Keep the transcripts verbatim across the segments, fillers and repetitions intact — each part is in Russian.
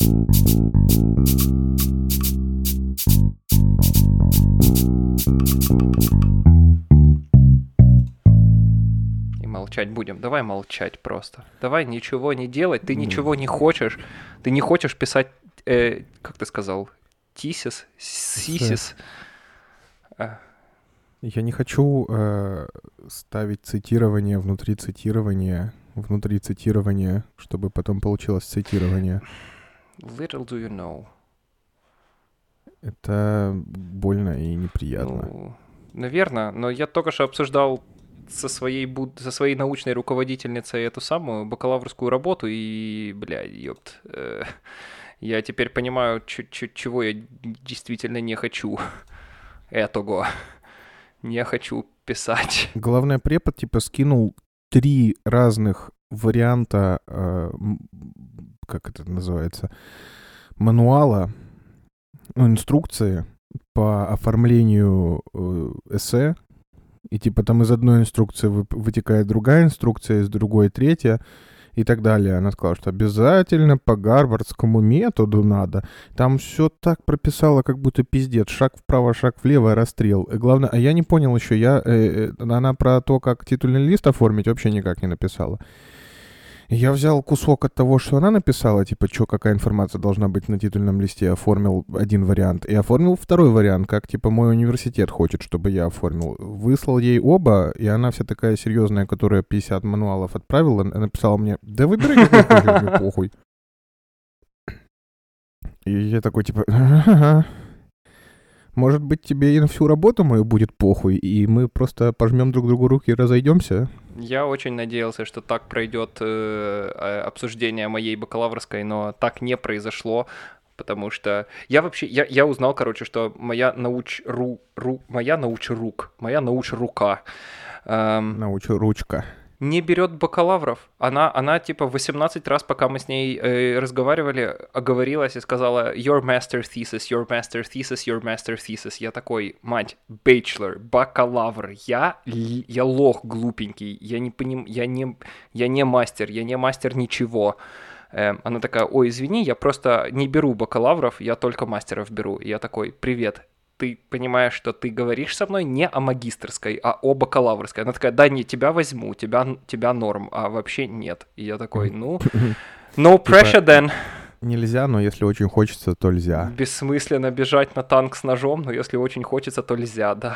И молчать будем. Давай молчать просто. Давай ничего не делать. Ты ничего не хочешь. Ты не хочешь писать, э, как ты сказал, тисис, сисис. А. Я не хочу э, ставить цитирование внутри цитирования, внутри цитирования, чтобы потом получилось цитирование. Little do you know. Это больно и неприятно. Ну, наверное, но я только что обсуждал со своей, буд... со своей научной руководительницей эту самую бакалаврскую работу, и, бля, ёпт, э, я теперь понимаю, ч- ч- чего я действительно не хочу. Этого. Не хочу писать. Главное, препод типа скинул три разных варианта, э, как это называется, мануала, ну, инструкции по оформлению э, эссе. И типа там из одной инструкции вы, вытекает другая инструкция, из другой третья и так далее. Она сказала, что обязательно по гарвардскому методу надо. Там все так прописала, как будто пиздец. Шаг вправо, шаг влево, расстрел. И главное, а я не понял еще, я, э, она про то, как титульный лист оформить, вообще никак не написала. Я взял кусок от того, что она написала, типа, что, какая информация должна быть на титульном листе, оформил один вариант, и оформил второй вариант, как, типа, мой университет хочет, чтобы я оформил. Выслал ей оба, и она вся такая серьезная, которая пятьдесят мануалов отправила, написала мне, да выбирай, какой хочешь, мне похуй. И я такой, типа, ага. Может быть, тебе и на всю работу мою будет похуй, и мы просто пожмем друг другу руки и разойдемся? Я очень надеялся, что так пройдет э, обсуждение моей бакалаврской, но так не произошло, потому что я вообще, я, я узнал, короче, что моя науч ру, ру моя науч рук, моя науч рука эм, науч ручка не берет бакалавров. Она, она типа восемнадцать раз, пока мы с ней э, разговаривали, оговорилась и сказала your master thesis, your master thesis, your master thesis. Я такой, мать, bachelor, бакалавр. Я, я лох глупенький. Я не поним, я не, я не мастер, я не мастер ничего. Э, она такая, ой, извини, я просто не беру бакалавров, я только мастеров беру. И я такой, привет. Ты понимаешь, что ты говоришь со мной не о магистерской, а о бакалаврской. Она такая, да, не, тебя возьму, тебя, тебя норм, а вообще нет. И я такой, ну, no pressure then. Нельзя, но если очень хочется, то нельзя. Бессмысленно бежать на танк с ножом, но если очень хочется, то нельзя, да.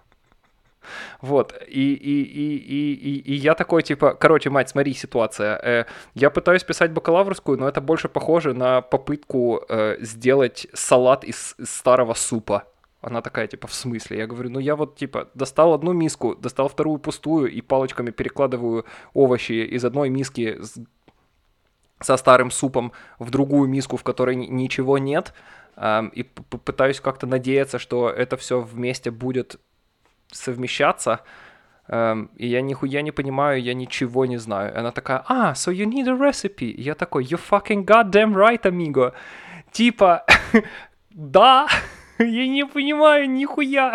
Вот, и, и, и, и, и, и я такой, типа, короче, мать, смотри, ситуация. Э, я пытаюсь писать бакалаврскую, но это больше похоже на попытку э, сделать салат из, из старого супа. Она такая, типа, в смысле? Я говорю, ну я вот, типа, достал одну миску, достал вторую пустую и палочками перекладываю овощи из одной миски с, со старым супом в другую миску, в которой ничего нет, эм, и п- пытаюсь как-то надеяться, что это все вместе будет совмещаться, эм, и я нихуя не понимаю, я ничего не знаю. Она такая, а, so you need a recipe. И я такой, you fucking goddamn right, amigo. Типа, да, я не понимаю нихуя.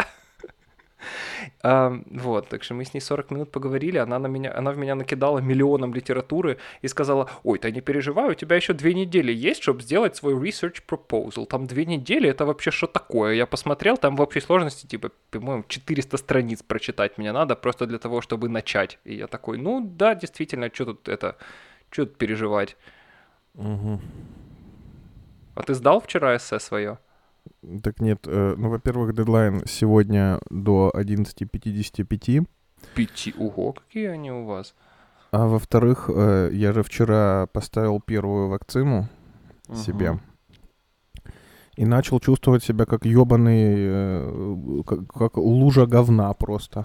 Um, вот, так что мы с ней сорок минут поговорили, она, на меня, она в меня накидала миллионом литературы и сказала, ой, ты не переживай, у тебя еще две недели есть, чтобы сделать свой research proposal. Там две недели, это вообще что такое? Я посмотрел, там в общей сложности, типа, по-моему, четыреста страниц прочитать мне надо, просто для того, чтобы начать. И я такой, ну да, действительно, что тут это, что тут переживать? Угу. А ты сдал вчера эссе свое? Так нет, э, ну, во-первых, дедлайн сегодня до одиннадцати пятидесяти пяти. Пяти, ого, какие они у вас. А во-вторых, э, я же вчера поставил первую вакцину uh-huh. себе. И начал чувствовать себя как ёбаный, э, как, как лужа говна просто.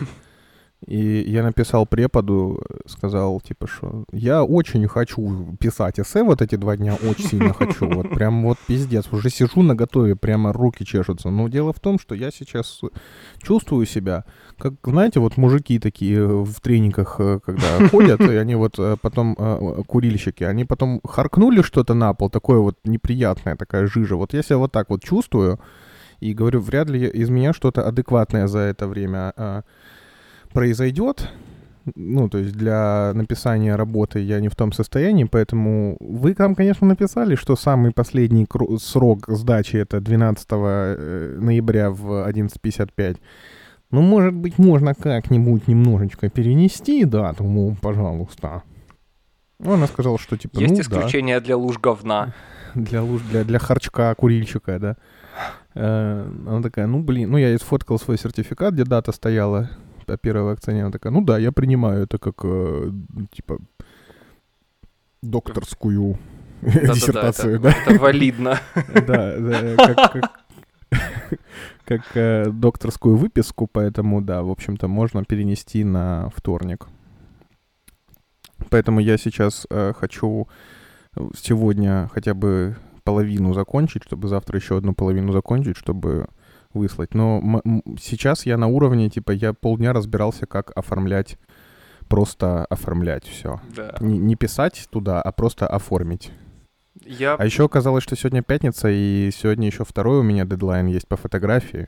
И я написал преподу, сказал, типа, что я очень хочу писать эссе вот эти два дня, очень сильно хочу, вот прям вот пиздец, уже сижу наготове, прямо руки чешутся. Но дело в том, что я сейчас чувствую себя, как, знаете, вот мужики такие в трениках, когда ходят, и они вот потом, курильщики, они потом харкнули что-то на пол, такое вот неприятное, такая жижа. Вот я себя вот так вот чувствую, и говорю, вряд ли из меня что-то адекватное за это время произойдет, Ну, то есть для написания работы я не в том состоянии, поэтому вы там, конечно, написали, что самый последний кру- срок сдачи это двенадцатого ноября в одиннадцать пятьдесят пять. Ну, может быть, можно как-нибудь немножечко перенести дату, мол, пожалуйста. Ну, она сказала, что типа, Есть ну, исключение да. для луж говна. Для луж, для, для харчка, курильщика, да. Э, она такая, ну, блин, ну, я сфоткал свой сертификат, где дата стояла о первой вакцине. Она такая, ну, да, я принимаю это как, э, типа, докторскую диссертацию, да? да. Это валидно. Да, да, как... как как э, докторскую выписку, поэтому, да, в общем-то, можно перенести на вторник. Поэтому я сейчас э, хочу сегодня хотя бы половину закончить, чтобы завтра еще одну половину закончить, чтобы выслать. Но м- м- сейчас я на уровне, типа, я полдня разбирался, как оформлять, просто оформлять все. Да. Не, не писать туда, а просто оформить. Я... А еще оказалось, что сегодня пятница, и сегодня еще второй у меня дедлайн есть по фотографии.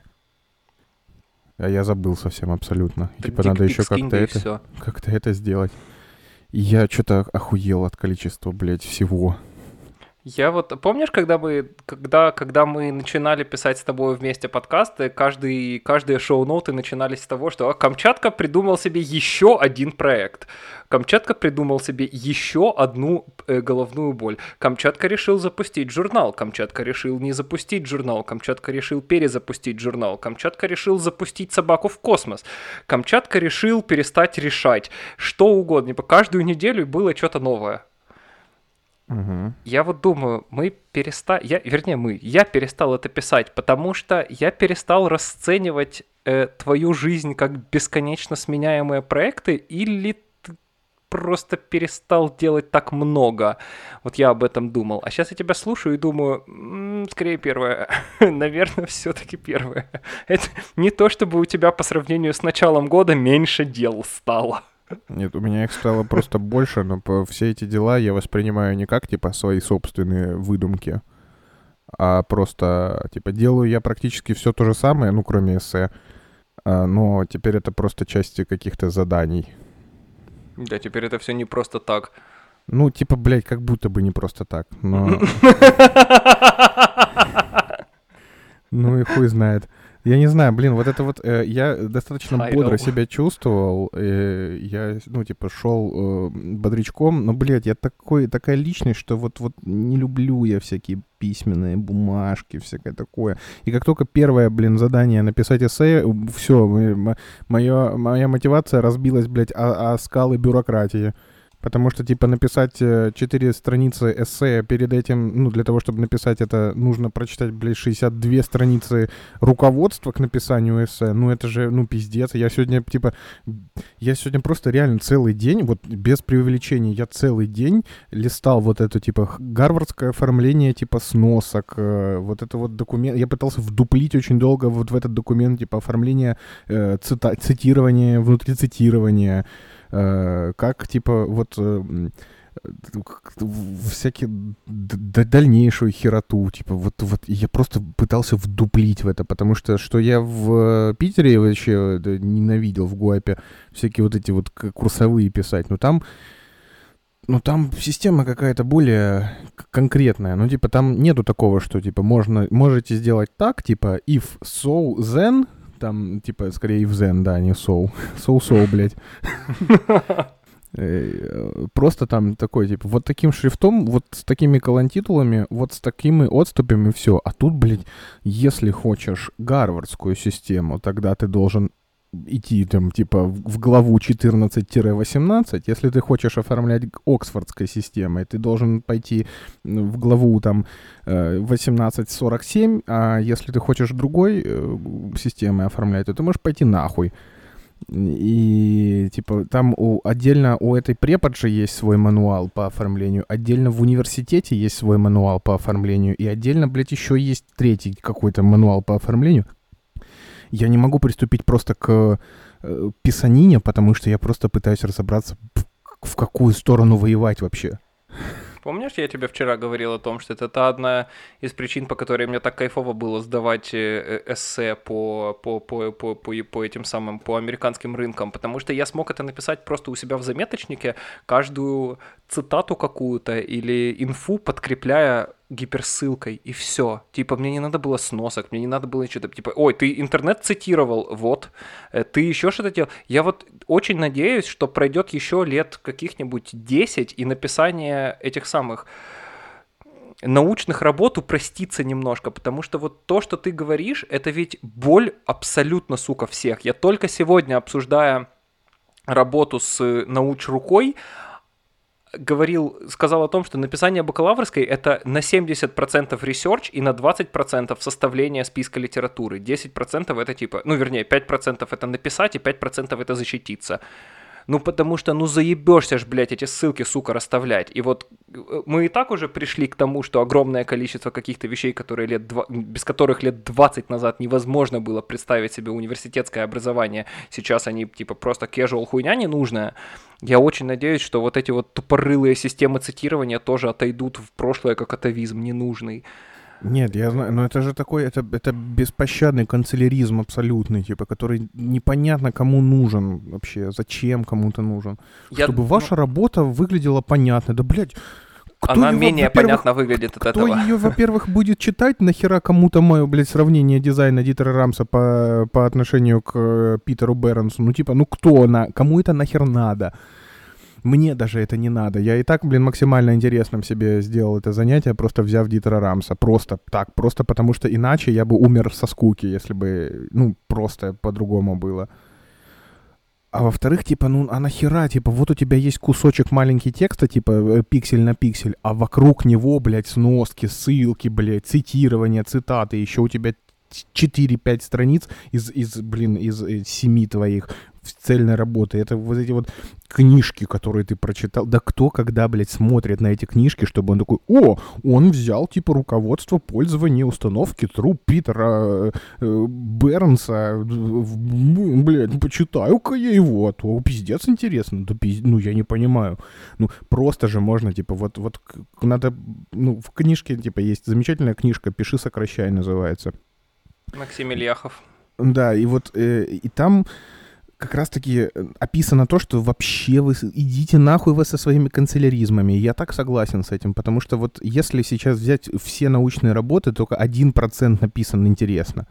А я забыл совсем абсолютно. И, типа надо еще как-то это, как-то это сделать. И я что-то охуел от количества, блядь, всего. Я вот, помнишь, когда мы, когда, когда мы начинали писать с тобой вместе подкасты, каждый, каждые шоу-ноты начинались с того, что Камчатка придумал себе еще один проект. Камчатка придумал себе еще одну э, головную боль. Камчатка решил запустить журнал. Камчатка решил не запустить журнал. Камчатка решил перезапустить журнал. Камчатка решил запустить собаку в космос. Камчатка решил перестать решать. Что угодно. По каждую неделю было что-то новое. Угу. Я вот думаю, мы перестали, я, вернее мы, я перестал это писать, потому что я перестал расценивать э, твою жизнь как бесконечно сменяемые проекты, или ты просто перестал делать так много. Вот я об этом думал. А сейчас я тебя слушаю и думаю, м-м, скорее первое. Наверное, все-таки первое. Это не то, чтобы у тебя по сравнению с началом года меньше дел стало. Нет, у меня их стало просто больше, но по все эти дела я воспринимаю не как, типа, свои собственные выдумки, а просто, типа, делаю я практически все то же самое, ну, кроме эссе, но теперь это просто части каких-то заданий. Да, теперь это все не просто так. Ну, типа, блядь, как будто бы не просто так, но... Ну и хуй знает. Я не знаю, блин, вот это вот, э, я достаточно I бодро know. себя чувствовал, э, я, ну, типа, шел э, бодрячком, но, блядь, я такой, такая личность, что вот, вот не люблю я всякие письменные бумажки, всякое такое. И как только первое, блин, задание написать эссе, все, моя, моя мотивация разбилась, блядь, о, о скалы бюрократии. Потому что, типа, написать четыре страницы эссе перед этим, ну, для того, чтобы написать это, нужно прочитать, блядь, шестьдесят две страницы руководства к написанию эссе. Ну, это же, ну, пиздец. Я сегодня, типа, я сегодня просто реально целый день, вот без преувеличения, я целый день листал вот это, типа, гарвардское оформление, типа, сносок, э, вот это вот документ. Я пытался вдуплить очень долго вот в этот документ, типа, оформление, э, цита- цитирования, внутри цитирования. Uh, как, типа, вот uh, всякие д- дальнейшую хероту, типа, вот, вот я просто пытался вдуплить в это, потому что, что я в Питере вообще ненавидел, в ГУАПе, всякие вот эти вот курсовые писать, но там, ну, там система какая-то более конкретная, ну, типа, там нету такого, что, типа, можно, можете сделать так, типа, if so then, там, типа, скорее if then, да, не so. So-so, блядь. Просто там такой, типа, вот таким шрифтом, вот с такими колонтитулами, вот с такими отступами, все. А тут, блядь, если хочешь гарвардскую систему, тогда ты должен идти, там, типа, в главу четырнадцать-восемнадцать. Если ты хочешь оформлять оксфордской системой, ты должен пойти в главу, там, восемнадцать сорок семь, а если ты хочешь другой э, системой оформлять, то ты можешь пойти нахуй. И, типа, там у, отдельно у этой преподжи есть свой мануал по оформлению, отдельно в университете есть свой мануал по оформлению, и отдельно, блядь, еще есть третий какой-то мануал по оформлению. Я не могу приступить просто к э, писанине, потому что я просто пытаюсь разобраться, в, в какую сторону воевать вообще. Помнишь, я тебе вчера говорил о том, что это та одна из причин, по которой мне так кайфово было сдавать э, эссе по, по, по, по, по, по этим самым, по американским рынкам, потому что я смог это написать просто у себя в заметочнике, каждую цитату какую-то или инфу подкрепляя гиперссылкой, и все. Типа, мне не надо было сносок, мне не надо было что-то, типа, ой, ты интернет цитировал, вот, ты еще что-то делал. Я вот очень надеюсь, что пройдет еще лет каких-нибудь десять, и написание этих самых научных работ упростится немножко, потому что вот то, что ты говоришь, это ведь боль абсолютно, сука, всех. Я только сегодня, обсуждая работу с научрукой, говорил, сказал о том, что написание бакалаврской — это на семьдесят процентов research и на двадцать процентов составление списка литературы. десять процентов это типа, ну вернее, пять процентов это написать и пять процентов это защититься. Ну потому что, ну заебешься ж, блядь, эти ссылки, сука, расставлять. И вот мы и так уже пришли к тому, что огромное количество каких-то вещей, которые лет два, без которых лет двадцать назад невозможно было представить себе университетское образование, сейчас они типа просто casual хуйня ненужная. Я очень надеюсь, что вот эти вот тупорылые системы цитирования тоже отойдут в прошлое как атовизм ненужный. Нет, я знаю, но это же такой, это, это беспощадный канцеляризм абсолютный, типа, который непонятно кому нужен вообще, зачем кому-то нужен. Я, Чтобы ну... ваша работа выглядела понятно. Да, блядь, кто Она его, менее понятно выглядит от кто этого. Кто ее, во-первых, будет читать, нахера кому-то мое, блядь, сравнение дизайна Дитера Рамса по, по отношению к Питеру Бернсу? Ну, типа, ну кто она, кому это нахер надо? Мне даже это не надо. Я и так, блин, максимально интересным себе сделал это занятие, просто взяв Дитера Рамса. Просто так, просто потому что иначе я бы умер со скуки, если бы, ну, просто по-другому было. А во-вторых, типа, ну, а нахера, типа, вот у тебя есть кусочек маленький текста, типа, пиксель на пиксель, а вокруг него, блядь, сноски, ссылки, блядь, цитирования, цитаты, еще у тебя четыре-пять страниц из, из, блин, из, из семи твоих цельной работы. Это вот эти вот книжки, которые ты прочитал. Да кто когда, блядь, смотрит на эти книжки, чтобы он такой, о, он взял, типа, руководство пользования установки труп Питера э, Бернса. Блядь, почитаю-ка я его, а то пиздец интересно. Да пиздец, ну, я не понимаю. Ну, просто же можно, типа, вот, вот надо, ну, в книжке, типа, есть замечательная книжка «Пиши, сокращай» называется. Максим Ильяхов. Да, и вот, э, и там как раз-таки описано то, что вообще вы идите нахуй вы со своими канцеляризмами. Я так согласен с этим, потому что вот если сейчас взять все научные работы, только один процент написан интересно.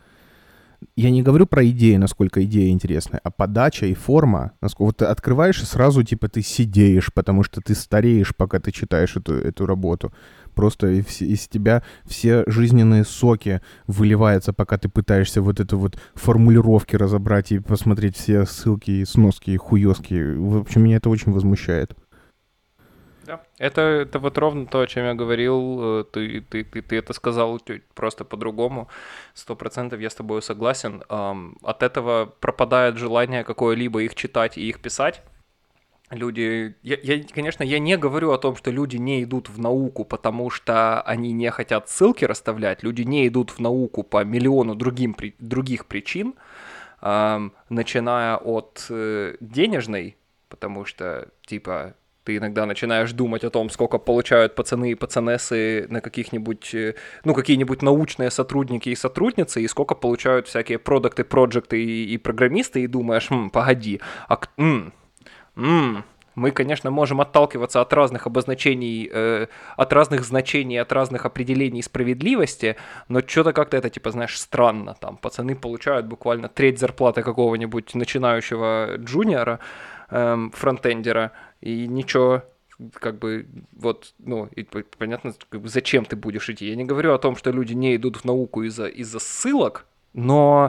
Я не говорю про идеи, насколько идея интересная, а подача и форма. Насколько... Вот ты открываешь и сразу, типа, ты сидеешь, потому что ты стареешь, пока ты читаешь эту, эту работу. Просто из, из тебя все жизненные соки выливаются, пока ты пытаешься вот это вот формулировки разобрать и посмотреть все ссылки, и сноски, и хуёски. В общем, меня это очень возмущает. Да. Это, это вот ровно то, о чем я говорил. Ты, ты, ты, ты это сказал просто по-другому. Сто процентов я с тобой согласен. От этого пропадает желание какое-либо их читать и их писать. Люди, я, я, конечно, я не говорю о том, что люди не идут в науку, потому что они не хотят ссылки расставлять. Люди не идут в науку по миллиону другим, других причин, э, начиная от э, денежной, потому что, типа, ты иногда начинаешь думать о том, сколько получают пацаны и пацанессы на каких-нибудь, ну, какие-нибудь научные сотрудники и сотрудницы, и сколько получают всякие продукты, проекты и, и программисты, и думаешь, хм, погоди, а... М- М-м, мы, конечно, можем отталкиваться от разных обозначений, э, от разных значений, от разных определений справедливости, но что-то как-то это, типа, знаешь, странно. Там пацаны получают буквально треть зарплаты какого-нибудь начинающего джуниора, э, фронтендера, и ничего, как бы, вот, ну, и, понятно, как бы, зачем ты будешь идти. Я не говорю о том, что люди не идут в науку из-за, из-за ссылок, но...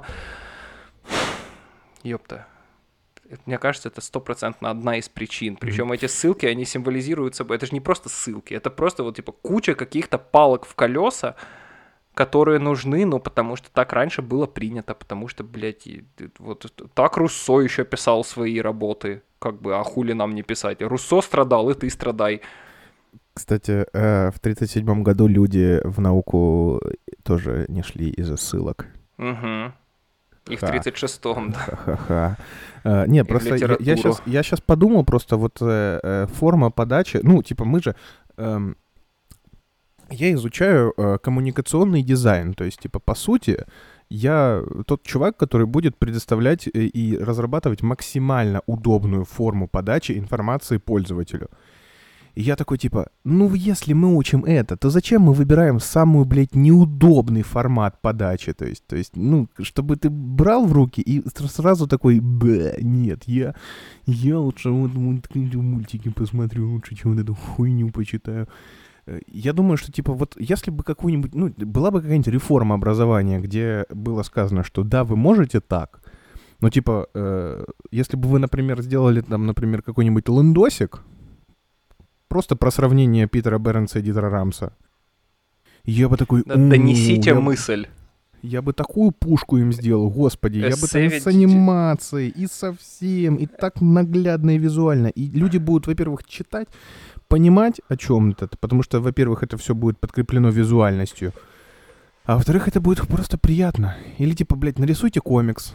Ёпта. Мне кажется, это стопроцентно одна из причин. Причем mm-hmm. эти ссылки, они символизируют собой... Это же не просто ссылки, это просто вот типа куча каких-то палок в колеса, которые нужны, ну, потому что так раньше было принято, потому что, блядь, вот так Руссо еще писал свои работы, как бы, а хули нам не писать? Руссо страдал, и ты страдай. Кстати, в тридцать седьмом году люди в науку тоже не шли из-за ссылок. Угу. И в тридцать шестом, да. Ха-ха-ха. Uh, не, и просто я, я, сейчас, я сейчас подумал, просто вот э, форма подачи, ну, типа мы же, э, Я изучаю э, коммуникационный дизайн, то есть, типа, по сути, я тот чувак, который будет предоставлять э, и разрабатывать максимально удобную форму подачи информации пользователю. И я такой, типа, ну, если мы учим это, то зачем мы выбираем самую, блядь, неудобный формат подачи? То есть, то есть, ну, чтобы ты брал в руки и с- сразу такой, б, нет, я, я лучше вот, вот мультики посмотрю, лучше, чем вот эту хуйню почитаю. Э, Я думаю, что, типа, вот если бы какую-нибудь, ну, была бы какая-нибудь реформа образования, где было сказано, что да, вы можете так, но, типа, э, если бы вы, например, сделали там, например, какой-нибудь лендосик, просто про сравнение Питера Бернса и Дитера Рамса, я бы такой, Да, у донесите я, б- мысль. я бы такую пушку им сделал, господи, я бы там и Эссе с ведите. анимацией, и со всем, и так наглядно и визуально. И люди будут, во-первых, читать, понимать, о чем это, потому что, во-первых, это все будет подкреплено визуальностью, а во-вторых, это будет просто приятно. Или типа, блядь, нарисуйте комикс.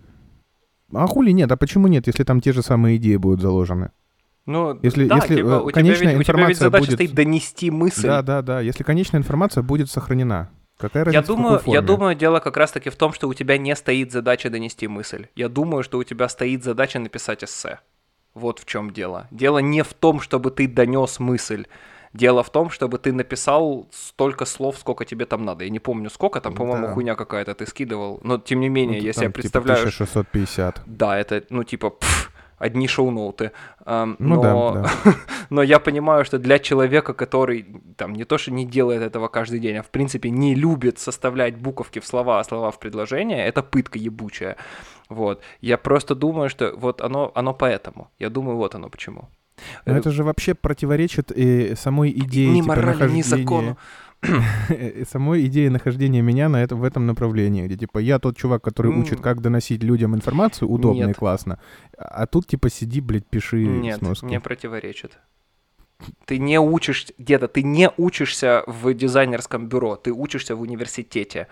А хули нет, а почему нет, если там те же самые идеи будут заложены? Ну, Если, да, если типа, э, у тебя, конечная ведь, у тебя ведь информация задача будет... стоит донести мысль. Да, да, да, если конечная информация будет сохранена. Какая Я разница, в думаю, какой я форме? думаю, дело как раз-таки в том, что у тебя не стоит задача донести мысль. Я думаю, что у тебя стоит задача написать эссе. Вот в чем дело. Дело не в том, чтобы ты донес мысль. Дело в том, чтобы ты написал столько слов, сколько тебе там надо. Я не помню сколько, там, по-моему, Да. хуйня какая-то ты скидывал. Но, тем не Ну, менее, тут я себе там, типа, представляю... тысяча шестьсот пятьдесят. Да, это, ну, типа, пф, одни шоу-ноуты. Ам, Ну да, но, да. но я понимаю, что для человека, который там не то, что не делает этого каждый день, а в принципе не любит составлять буковки в слова, а слова в предложения, это пытка ебучая. Вот. Я просто думаю, что вот оно, оно поэтому. Я думаю, вот оно почему. Но Э, это же вообще противоречит и самой идее, Ни типа, морали, ни нахождения... закону. и самой идее нахождения меня на это, в этом направлении, где, типа, я тот чувак, который М, учит, как доносить людям информацию удобно и Нет, классно, а тут, типа, сиди, блядь, пиши нет, сноски. мне противоречит. Ты не учишься где-то, ты не учишься в дизайнерском бюро, ты учишься в университете.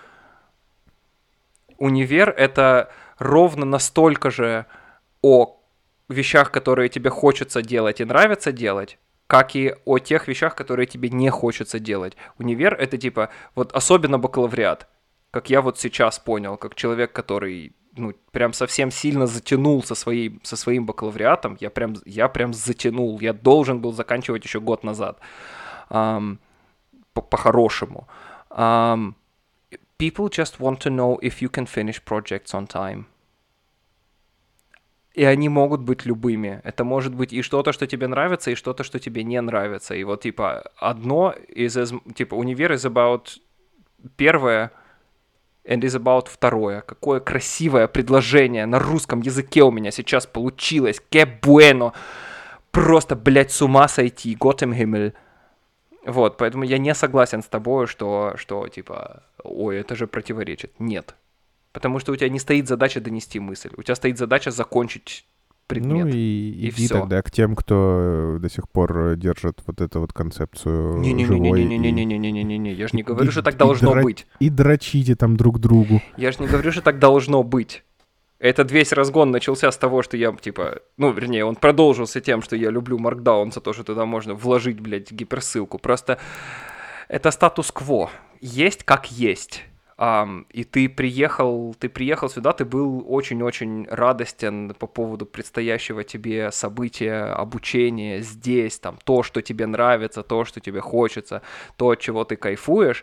Универ — это ровно настолько же о вещах, которые тебе хочется делать и нравится делать, как и о тех вещах, которые тебе не хочется делать. Универ — это типа, вот особенно бакалавриат, как я вот сейчас понял, как человек, который, ну, прям совсем сильно затянул со, своей, со своим бакалавриатом, я прям, я прям затянул, я должен был заканчивать еще год назад, ам, по- по-хорошему. Ам, people just want to know if you can finish projects on time. И они могут быть любыми. Это может быть и что-то, что тебе нравится, и что-то, что тебе не нравится. И вот, типа, одно из... as- Типа, универ is about первое, and is about второе. Какое красивое предложение на русском языке у меня сейчас получилось. Que bueno. Просто, блядь, с ума сойти. Gott im Himmel. Вот, поэтому я не согласен с тобой, что, что, типа, ой, это же противоречит. Нет. Потому что у тебя не стоит задача донести мысль. У тебя стоит задача закончить предмет. Ну и и иди всё. тогда к тем, кто до сих пор э, держит вот эту вот концепцию живой. и- Не-не-не-не-не-не-не-не-не-не. Я же не и- говорю, и- что так и должно дра- быть. И дрочите там друг другу. Я же не говорю, что так должно быть. Этот весь разгон начался с того, что я, типа, ну, вернее, он продолжился тем, что я люблю Markdown за то, что туда можно вложить, блядь, гиперссылку. Просто это статус-кво. Есть как есть. Ам, и ты приехал, ты приехал сюда, ты был очень-очень радостен по поводу предстоящего тебе события, обучения здесь, там, то, что тебе нравится, то, что тебе хочется, то, от чего ты кайфуешь.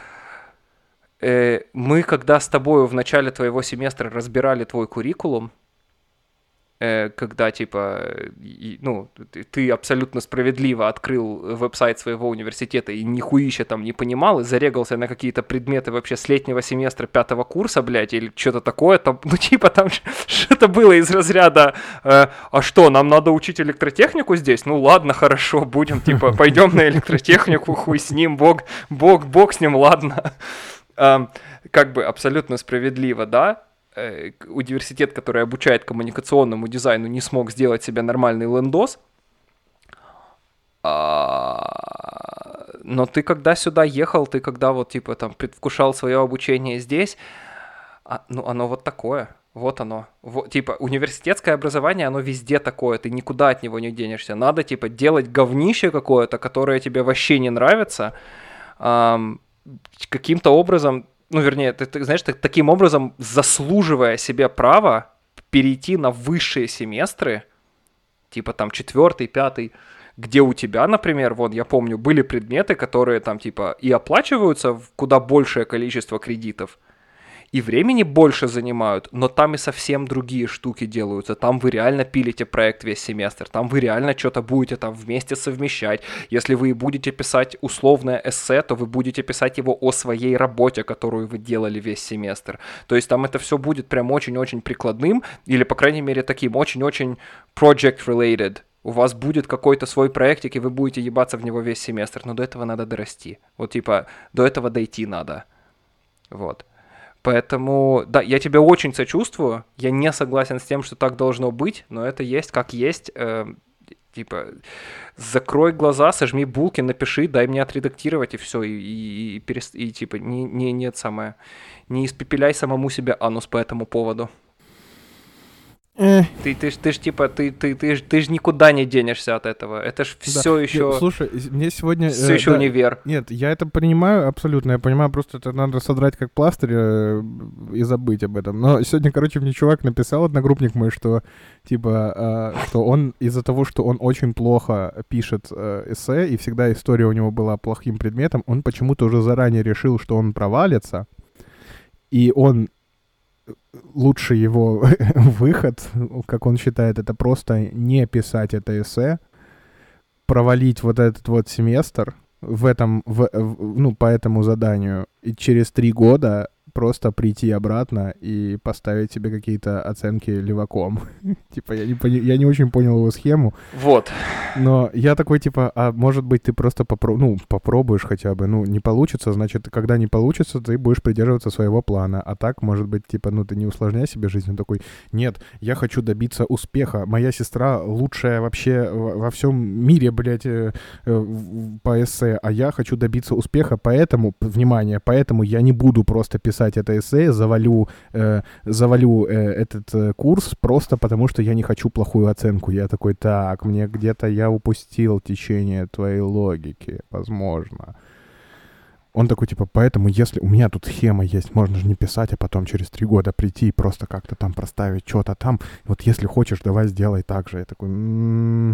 Э, мы, когда с тобой в начале твоего семестра разбирали твой куррикулум, э, когда, типа, и- ну, ты, ты абсолютно справедливо открыл веб-сайт своего университета и нихуища там не понимал, и зарегался на какие-то предметы вообще с летнего семестра пятого курса, блядь, или что-то такое, там, ну, типа, там ш- что-то было из разряда, э, а что, нам надо учить электротехнику здесь? Ну, ладно, хорошо, будем, типа, пойдем на электротехнику, хуй с ним, бог, бог, бог с ним, ладно. Ам, Как бы абсолютно справедливо, да, э, к- университет, который обучает коммуникационному дизайну, не смог сделать себе нормальный лендос. А, Но ты когда сюда ехал, ты когда вот типа там предвкушал свое обучение здесь, а, ну оно вот такое. Вот оно. Вот, типа, университетское образование, оно везде такое, ты никуда от него не денешься. Надо, типа, делать говнище какое-то, которое тебе вообще не нравится, ам, каким-то образом, ну, вернее, ты, ты знаешь, ты, таким образом заслуживая себе право перейти на высшие семестры, типа, там, четвертый, пятый, где у тебя, например, вот, я помню, были предметы, которые там, типа, и оплачиваются в куда большее количество кредитов, и времени больше занимают, но там и совсем другие штуки делаются. Там вы реально пилите проект весь семестр, там вы реально что-то будете там вместе совмещать. Если вы будете писать условное эссе, то вы будете писать его о своей работе, которую вы делали весь семестр. То есть там это все будет прям очень-очень прикладным, или, по крайней мере, таким очень-очень project-related. У вас будет какой-то свой проектик, и вы будете ебаться в него весь семестр, но до этого надо дорасти. Вот типа, до этого дойти надо. Вот. Поэтому, да, я тебя очень сочувствую, я не согласен с тем, что так должно быть, но это есть как есть, э, типа, закрой глаза, сожми булки, напиши, дай мне отредактировать, и все, и, и, и, перест... и типа, не, не, нет, самое, не испепеляй самому себе анус по этому поводу. Ты, ты, ж, ты ж типа, ты, ты, ты, ж, ты ж никуда не денешься от этого. Это ж все да. еще... Слушай, мне сегодня... Все э, еще да, универ. Нет, я это понимаю абсолютно. Я понимаю, просто это надо содрать как пластырь э, и забыть об этом. Но сегодня, короче, мне чувак написал, одногруппник мой, что, типа, э, что он из-за того, что он очень плохо пишет э, эссе, и всегда история у него была плохим предметом, он почему-то уже заранее решил, что он провалится, и он... Лучший его выход, как он считает, это просто не писать это эссе, провалить вот этот вот семестр в этом, в, в, ну, по этому заданию, и через три года просто прийти обратно и поставить себе какие-то оценки леваком. Типа, я не, пони- я не очень понял его схему. Вот. Но я такой, типа, а может быть, ты просто попро- ну, попробуешь хотя бы. Ну, не получится, значит, когда не получится, ты будешь придерживаться своего плана. А так, может быть, типа, ну, ты не усложняй себе жизнь. Он такой, нет, я хочу добиться успеха. Моя сестра лучшая вообще во всем мире, блядь, э, э, по эссе. А я хочу добиться успеха, поэтому, внимание, поэтому я не буду просто писать это эссе, завалю, э, завалю э, этот э, курс просто потому, что я не хочу плохую оценку. Я такой, так, мне где-то я упустил течение твоей логики, возможно. Он такой, типа, поэтому если у меня тут схема есть, можно же не писать, а потом через три года прийти и просто как-то там проставить что-то там. Вот если хочешь, давай сделай так же. Я такой, м-м-м.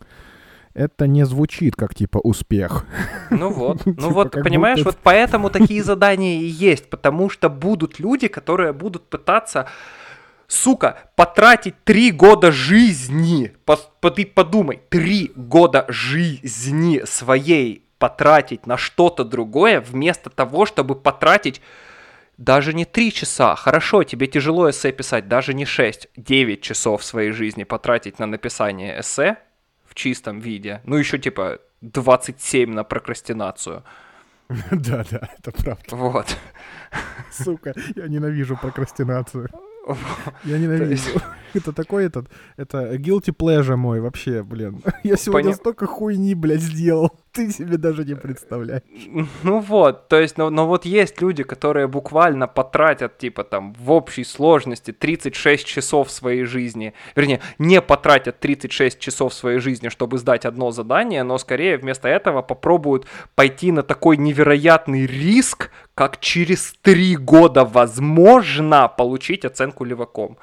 Это не звучит как, типа, успех. Ну вот, ну вот, понимаешь, вот поэтому такие задания и есть, потому что будут люди, которые будут пытаться, сука, потратить три года жизни, ты подумай, три года жизни своей потратить на что-то другое, вместо того, чтобы потратить даже не три часа, хорошо, тебе тяжело эссе писать, даже не шесть, девять часов своей жизни потратить на написание эссе, в чистом виде. Ну, еще типа двадцать семь на прокрастинацию. Да, да, это правда. Вот. Сука, я ненавижу прокрастинацию. Я ненавижу. Это такой этот, это guilty pleasure мой вообще, блин. Я сегодня Пони... столько хуйни, блядь, сделал. Ты себе даже не представляешь. Ну вот, то есть, ну, ну вот есть люди, которые буквально потратят, типа там, в общей сложности тридцать шесть часов своей жизни. Вернее, не потратят тридцать шесть часов своей жизни, чтобы сдать одно задание, но скорее вместо этого попробуют пойти на такой невероятный риск, как через три года возможно получить оценку леваком.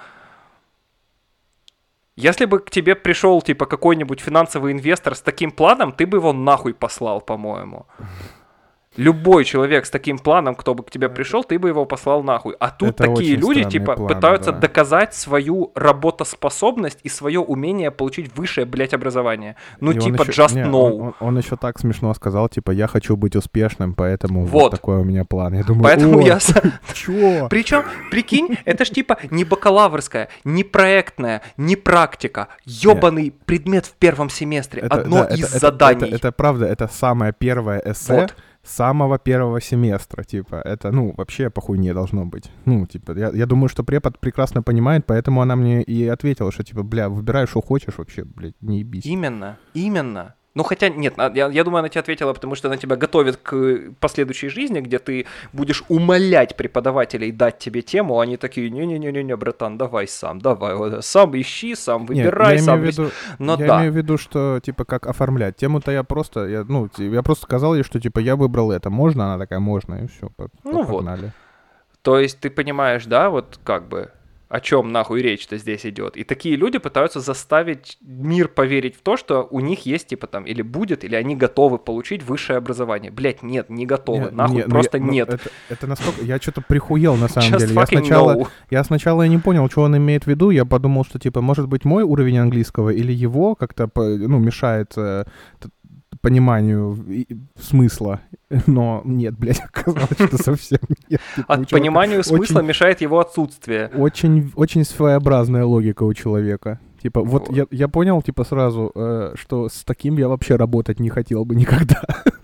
Если бы к тебе пришел, типа, какой-нибудь финансовый инвестор с таким планом, ты бы его нахуй послал, по-моему. Любой человек с таким планом, кто бы к тебе пришел, ты бы его послал нахуй. А тут это такие люди, типа, планы, пытаются да. доказать свою работоспособность и свое умение получить высшее, блядь, образование. Ну, и типа, еще, just не, know. Он, он, он еще так смешно сказал, типа, я хочу быть успешным, поэтому вот, вот такой у меня план. Я думаю, поэтому я... Чё? Причем, прикинь, это ж типа не бакалаврская, не проектная, не практика. Ёбаный предмет в первом семестре. Это, Одно да, из это, заданий. Это, это, это правда, это самое первое эссе. Вот. С самого первого семестра, типа, это, ну, вообще похуй не должно быть. Ну, типа, я, я думаю, что препод прекрасно понимает, поэтому она мне и ответила, что, типа, бля, выбирай, что хочешь вообще, блядь, не ебись. Именно, именно. Ну, хотя, нет, я, я думаю, она тебе ответила, потому что она тебя готовит к последующей жизни, где ты будешь умолять преподавателей дать тебе тему, а они такие, не-не-не-не, братан, давай сам, давай, сам ищи, сам выбирай, Нет, я сам... имею в виду, Но я да. имею в виду, что, типа, как оформлять. Тему-то я просто, я, ну, я просто сказал ей, что, типа, я выбрал это. Можно? Она такая, можно, и все, Ну погнали. Вот. То есть ты понимаешь, да, вот как бы... О чем нахуй речь-то здесь идет. И такие люди пытаются заставить мир поверить в то, что у них есть, типа там, или будет, или они готовы получить высшее образование. Блять, нет, не готовы. Нет, нахуй, нет, просто я, ну, нет. Это, это настолько... Я что-то прихуел, на самом Just деле. Я fucking сначала, no. я сначала и не понял, что он имеет в виду. Я подумал, что, типа, может быть, мой уровень английского или его как-то, ну, мешает э, пониманию смысла. Но нет, блядь, оказалось, что совсем нет. Типа, От пониманию смысла очень, мешает его отсутствие. Очень, очень своеобразная логика у человека. Типа, вот, Вот. я, я понял, типа, сразу, э, что с таким я вообще работать не хотел бы никогда.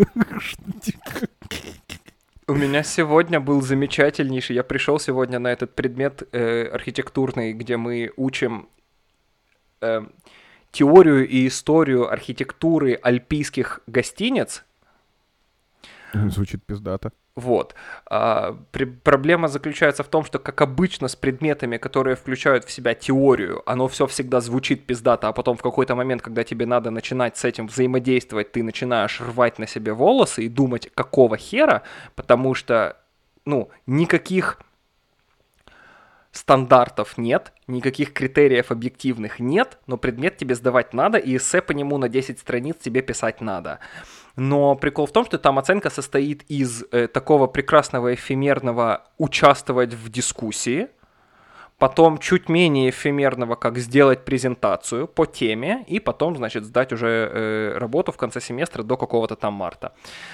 У меня сегодня был замечательнейший... Я пришел сегодня на этот предмет э, архитектурный, где мы учим... Э, теорию и историю архитектуры альпийских гостиниц. Звучит пиздато. Вот. А, при, проблема заключается в том, что, как обычно, с предметами, которые включают в себя теорию, оно все всегда звучит пиздато, а потом в какой-то момент, когда тебе надо начинать с этим взаимодействовать, ты начинаешь рвать на себе волосы и думать, какого хера, потому что, ну, никаких... стандартов нет, никаких критериев объективных нет, но предмет тебе сдавать надо, и эссе по нему на десять страниц тебе писать надо. Но прикол в том, что там оценка состоит из э, такого прекрасного эфемерного участвовать в дискуссии, потом чуть менее эфемерного, как сделать презентацию по теме, и потом, значит, сдать уже э, работу в конце семестра до какого-то там марта.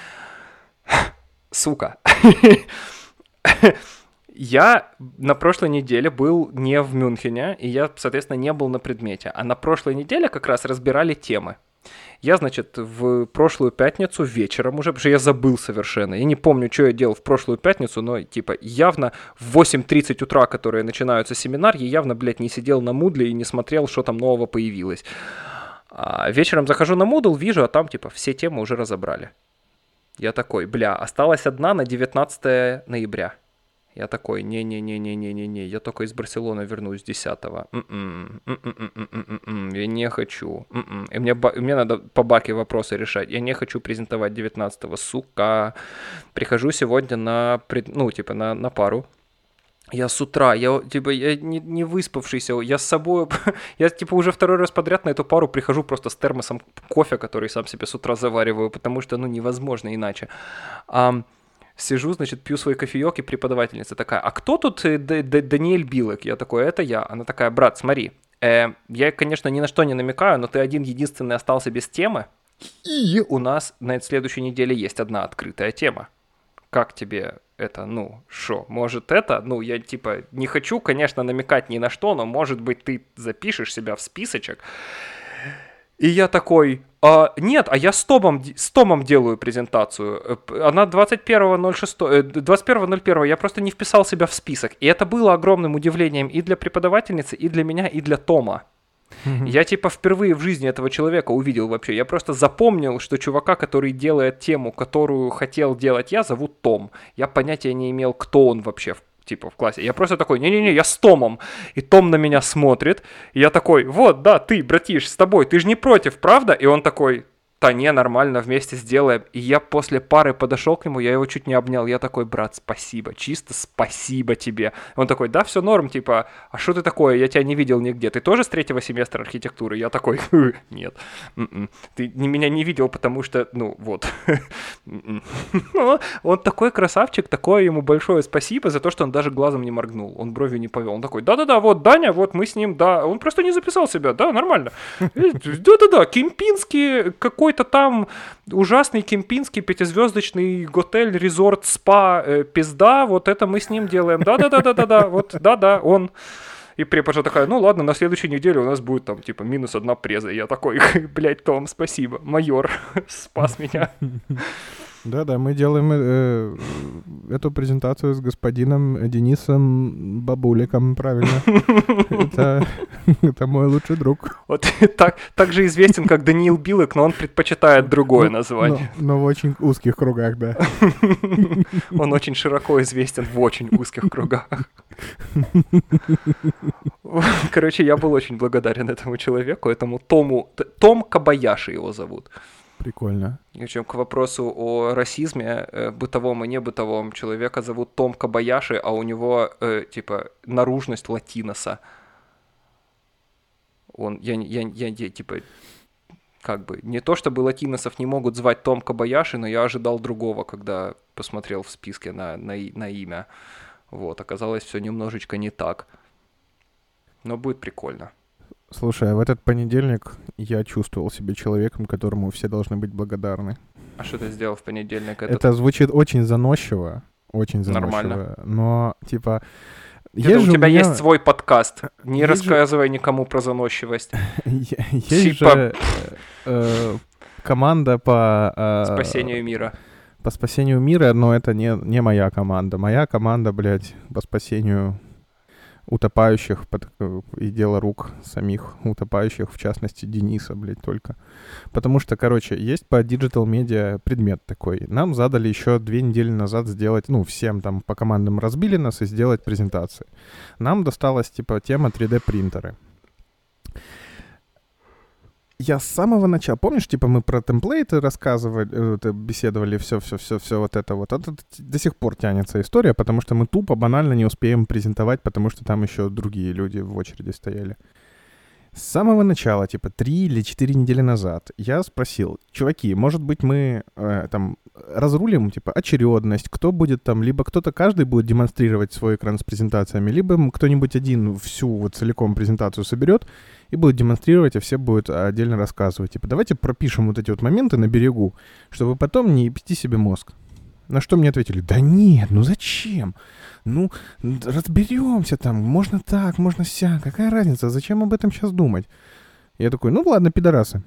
Сука. Я на прошлой неделе был не в Мюнхене, и я, соответственно, не был на предмете. А на прошлой неделе как раз разбирали темы. Я, значит, в прошлую пятницу вечером уже, потому что я забыл совершенно. Я не помню, что я делал в прошлую пятницу, но, типа, явно в восемь тридцать утра, которые начинаются семинар, я явно, блядь, не сидел на Moodle и не смотрел, что там нового появилось. А вечером захожу на Moodle, вижу, а там, типа, все темы уже разобрали. Я такой, бля, осталась одна на девятнадцатое ноября. Я такой, не-не-не-не-не-не-не, я только из Барселоны вернусь десятого. М-м, м-м-м-м-м-м, я не хочу. М-м. И мне, ба- мне надо по баке вопросы решать. Я не хочу презентовать девятнадцатого, сука. Прихожу сегодня на, пред... ну, типа, на, на пару. Я с утра, я, типа, я не, не выспавшийся, я с собой, я, типа, уже второй раз подряд на эту пару прихожу просто с термосом кофе, который сам себе с утра завариваю, потому что, ну, невозможно иначе. А, сижу, значит, пью свой кофеек, и преподавательница такая, а кто тут э, Д- Д- Даниэль Билек? Я такой, это я. Она такая, брат, смотри, э, я, конечно, ни на что не намекаю, но ты один единственный остался без темы, и у нас на следующей неделе есть одна открытая тема. Как тебе это, ну, шо, может это? Ну, я, типа, не хочу, конечно, намекать ни на что, но, может быть, ты запишешь себя в списочек. И я такой, а, нет, а я с Томом, с Томом делаю презентацию. Она двадцать первого ноль шестого, двадцать первого ноль первого, я просто не вписал себя в список. И это было огромным удивлением и для преподавательницы, и для меня, и для Тома. Mm-hmm. Я, типа, впервые в жизни этого человека увидел вообще. Я просто запомнил, что чувака, который делает тему, которую хотел делать я, зовут Том. Я понятия не имел, кто он вообще, типа, в классе. Я просто такой, не-не-не, я с Томом. И Том на меня смотрит. И я такой, вот, да, ты, братиш, с тобой, ты же не против, правда? И он такой, да не, нормально, вместе сделаем. И я после пары подошел к нему, я его чуть не обнял. Я такой, брат, спасибо, чисто спасибо тебе. Он такой, да, все норм, типа, а что ты такое, я тебя не видел нигде. Ты тоже с третьего семестра архитектуры? Я такой, нет, ты меня не видел, потому что, ну, вот. Он такой красавчик, такое ему большое спасибо за то, что он даже глазом не моргнул. Он бровью не повел. Он такой, да-да-да, вот Даня, вот мы с ним, да. Он просто не записал себя, да, нормально. Да-да-да, Кемпинский какой какой-то там ужасный кемпинский пятизвездочный готель, резорт, спа, э, пизда, вот это мы с ним делаем. Да-да-да-да-да-да, вот, да-да, он. И преподша такая, ну ладно, на следующей неделе у нас будет там типа минус одна преза. И я такой, блядь, Том, спасибо, майор, спас меня. Да-да, мы делаем э, эту презентацию с господином Денисом Бабуликом, правильно. Это, это мой лучший друг. Вот так, так же известен, как Даниил Билык, но он предпочитает другое Ну, название. Но, но в очень узких кругах, да. Он очень широко известен в очень узких кругах. Короче, я был очень благодарен этому человеку, этому Тому... Том Кабаяши его зовут. Прикольно. Причем к вопросу о расизме, э, бытовом и небытовом, человека зовут Том Кабаяши, а у него, э, типа, наружность латиноса. Он, я, я, я, я, типа, как бы, не то чтобы латиносов не могут звать Том Кабаяши, но я ожидал другого, когда посмотрел в списке на, на, на имя. Вот, оказалось, все немножечко не так. Но будет прикольно. Слушай, а в этот понедельник я чувствовал себя человеком, которому все должны быть благодарны. А что ты сделал в понедельник? Это, Это звучит очень заносчиво, очень заносчиво. Нормально. Но, типа... Это у тебя меня... есть свой подкаст. Не есть рассказывай же... никому про заносчивость. Есть же э, команда по... Э, спасению мира. По спасению мира, но это не, не моя команда. Моя команда, блядь, по спасению утопающих, под, и дело рук самих утопающих, в частности, Дениса, блядь, только. Потому что, короче, есть по Digital Media предмет такой. Нам задали еще две недели назад сделать, ну, всем там по командам разбили нас и сделать презентации. Нам досталась, типа, тема три дэ-принтеры. Я с самого начала, помнишь, типа мы про темплейты рассказывали, беседовали, все-все-все-все вот это вот. Это до сих пор тянется история, потому что мы тупо банально не успеем презентовать, потому что там еще другие люди в очереди стояли. С самого начала, типа три или четыре недели назад, я спросил: чуваки, может быть мы э, там разрулим, типа, очередность, кто будет там, либо кто-то, каждый будет демонстрировать свой экран с презентациями, либо кто-нибудь один всю вот целиком презентацию соберет и будет демонстрировать, а все будут отдельно рассказывать. Типа, давайте пропишем вот эти вот моменты на берегу, чтобы потом не ебти себе мозг. На что мне ответили: да нет, ну зачем? Ну, разберемся там, можно так, можно сяк, какая разница, зачем об этом сейчас думать? Я такой: ну ладно, пидорасы.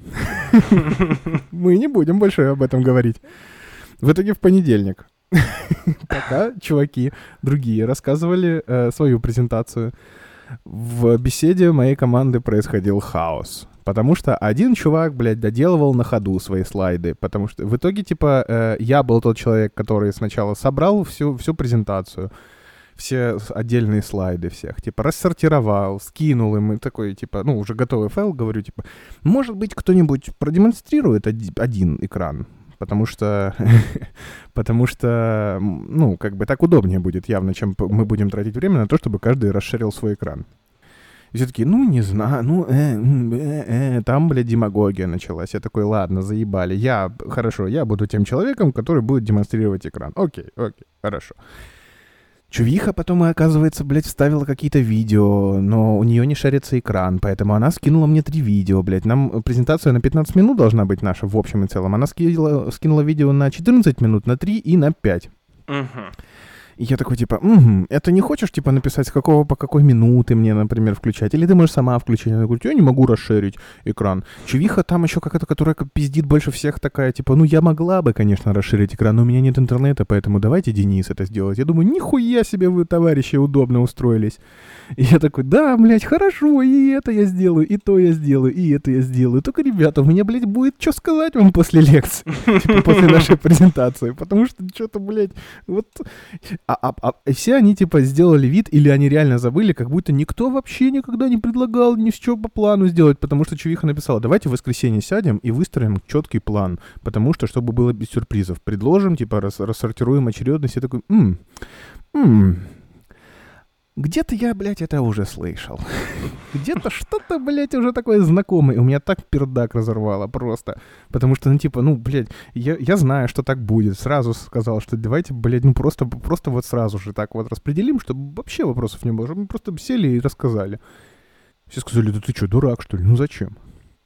Мы не будем больше об этом говорить. В итоге в понедельник, пока чуваки другие рассказывали э, свою презентацию, в беседе моей команды происходил хаос. Потому что один чувак, блядь, доделывал на ходу свои слайды. Потому что в итоге, типа, э, я был тот человек, который сначала собрал всю, всю презентацию, все отдельные слайды всех, типа, рассортировал, скинул им, и такой, типа, ну, уже готовый файл, говорю, типа, может быть, кто-нибудь продемонстрирует один экран? Потому что, потому что, ну, как бы так удобнее будет явно, чем мы будем тратить время на то, чтобы каждый расширил свой экран. И все такие: ну, не знаю, ну, э, э, э, там, блядь, демагогия началась. Я такой: ладно, заебали. Я, хорошо, я буду тем человеком, который будет демонстрировать экран. Окей, окей, хорошо. Чувиха потом, оказывается, блядь, вставила какие-то видео, но у нее не шарится экран, поэтому она скинула мне три видео, блядь. Нам презентация на пятнадцать минут должна быть наша в общем и целом. Она скинула, скинула видео на четырнадцать минут, на три и на пять. Uh-huh. И я такой, типа, угу, это не хочешь, типа, написать, с какого по какой минуты мне, например, включать? Или ты можешь сама включить? Я говорю: я не могу расширить экран. Чувиха там еще какая-то, которая пиздит больше всех, такая, типа, ну, я могла бы, конечно, расширить экран, но у меня нет интернета, поэтому давайте Денис это сделать. Я думаю: нихуя себе вы, товарищи, удобно устроились. И я такой: да, блядь, хорошо, и это я сделаю, и то я сделаю, и это я сделаю. Только, ребята, у меня, блядь, будет что сказать вам после лекции, типа, после нашей презентации, потому что что-то, блядь, вот... А, а, а все они, типа, сделали вид, или они реально забыли, как будто никто вообще никогда не предлагал ни с чего по плану сделать, потому что Чувиха написала: давайте в воскресенье сядем и выстроим четкий план, потому что, чтобы было без сюрпризов, предложим, типа, рас рассортируем очередность. Я такой: ммм, ммм, где-то я, блядь, это уже слышал. Где-то что-то, блядь, уже такое знакомое. У меня так пердак разорвало просто. Потому что, ну, типа, ну, блядь, я, я знаю, что так будет. Сразу сказал, что давайте, блядь, ну, просто, просто вот сразу же так вот распределим, чтобы вообще вопросов не было. Чтобы мы просто сели и рассказали. Все сказали: да ты что, дурак, что ли? Ну, зачем?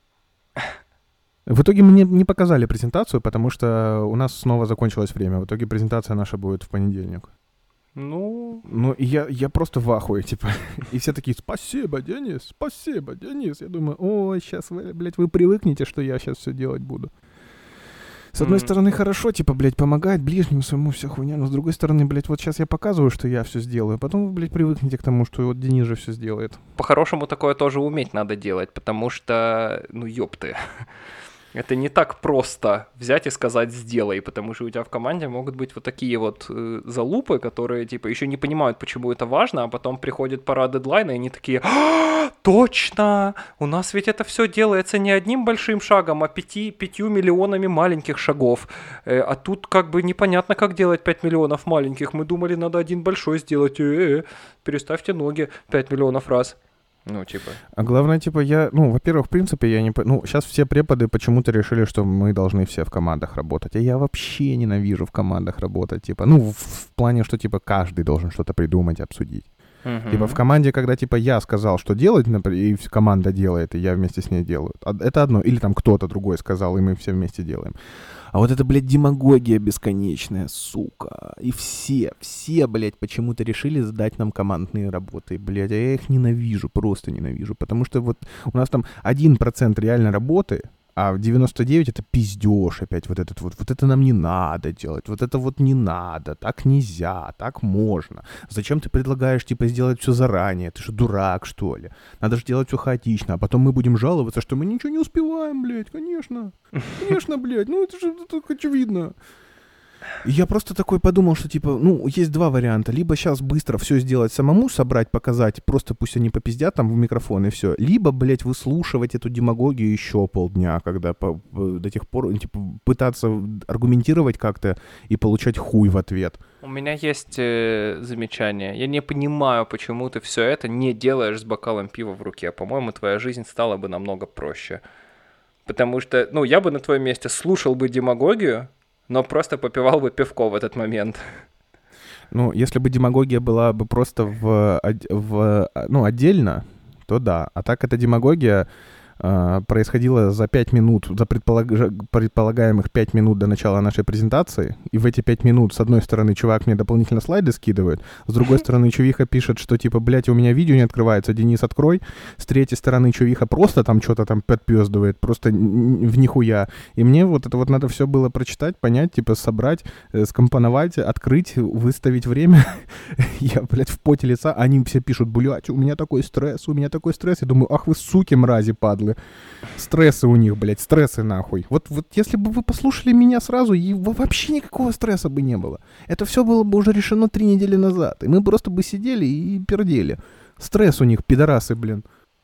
В итоге мне не показали презентацию, потому что у нас снова закончилось время. В итоге презентация наша будет в понедельник. Ну... Ну, я, я просто в ахуе, типа. И все такие: спасибо, Денис, спасибо, Денис. Я думаю: ой, сейчас вы, блядь, вы привыкнете, что я сейчас все делать буду. С одной М. стороны, хорошо, типа, блядь, помогать ближнему своему, вся хуйня, но с другой стороны, блядь, вот сейчас я показываю, что я все сделаю, потом вы, блядь, привыкнете к тому, что вот Денис же все сделает. По-хорошему такое тоже уметь надо делать, потому что, ну ёпты, это не так просто взять и сказать «сделай», потому что у тебя в команде могут быть вот такие вот э, залупы, которые, типа, еще не понимают, почему это важно, а потом приходит пора дедлайна, и они такие «А, точно! У нас ведь это все делается не одним большим шагом, а пяти, пятью миллионами маленьких шагов. Э, а тут как бы непонятно, как делать пять миллионов маленьких. Мы думали, надо один большой сделать. Э-э-э. Переставьте ноги пять миллионов раз». Ну, типа... А главное, типа, я, ну, во-первых, в принципе, я не... по- Ну, сейчас все преподы почему-то решили, что мы должны все в командах работать. А я вообще ненавижу в командах работать, типа, ну, в, в плане, что, типа, каждый должен что-то придумать, обсудить. Мгм. Типа, в команде, когда, типа, я сказал, что делать, напр- и вс- команда делает, и я вместе с ней делаю. А- Это одно. Или там кто-то другой сказал, и мы все вместе делаем. А вот это, блядь, демагогия бесконечная, сука. И все, все, блядь, почему-то решили сдать нам командные работы. Блядь, а я их ненавижу, просто ненавижу. Потому что вот у нас там один процент реально работы, а девяносто девять это пиздеж опять. Вот этот вот. Вот это нам не надо делать. Вот это вот не надо. Так нельзя. Так можно. Зачем ты предлагаешь, типа, сделать все заранее? Ты что, дурак, что ли? Надо же делать все хаотично. А потом мы будем жаловаться, что мы ничего не успеваем, блядь. Конечно. Конечно, блядь. Ну, это же это очевидно. И я просто такой подумал, что, типа, ну, есть два варианта. Либо сейчас быстро все сделать самому, собрать, показать, просто пусть они попиздят там в микрофон и все. Либо, блядь, выслушивать эту демагогию еще полдня, когда по, по- до тех пор, ну, типа, пытаться аргументировать как-то и получать хуй в ответ. У меня есть э, замечание. Я не понимаю, почему ты все это не делаешь с бокалом пива в руке. По-моему, твоя жизнь стала бы намного проще. Потому что, ну, я бы на твоем месте слушал бы демагогию, но просто попивал бы пивко в этот момент. Ну, если бы демагогия была бы просто в, од- в, ну, отдельно, то да. А так эта демагогия а, происходила за пять минут, за предполаг- предполагаемых пять минут до начала нашей презентации. И в эти пять минут, с одной стороны, чувак мне дополнительно слайды скидывает, с другой стороны, чувиха пишет, что типа, блядь, у меня видео не открывается, Денис, открой. С третьей стороны, чувиха просто там что-то там подпёздывает, просто н- в нихуя. И мне вот это вот надо все было прочитать, понять, типа, собрать, э, скомпоновать, открыть, выставить время. Я, блядь, в поте лица, они все пишут, блядь, у меня такой стресс, у меня такой стресс. Я думаю, ах вы, суки, мрази, падлы. Стрессы у них, блядь, стрессы нахуй. Вот, вот если бы вы послушали меня сразу, и во- вообще никакого стресса бы не было. Это все было бы уже решено три недели назад. И мы просто бы сидели и пердели. Стресс у них, пидорасы, блин.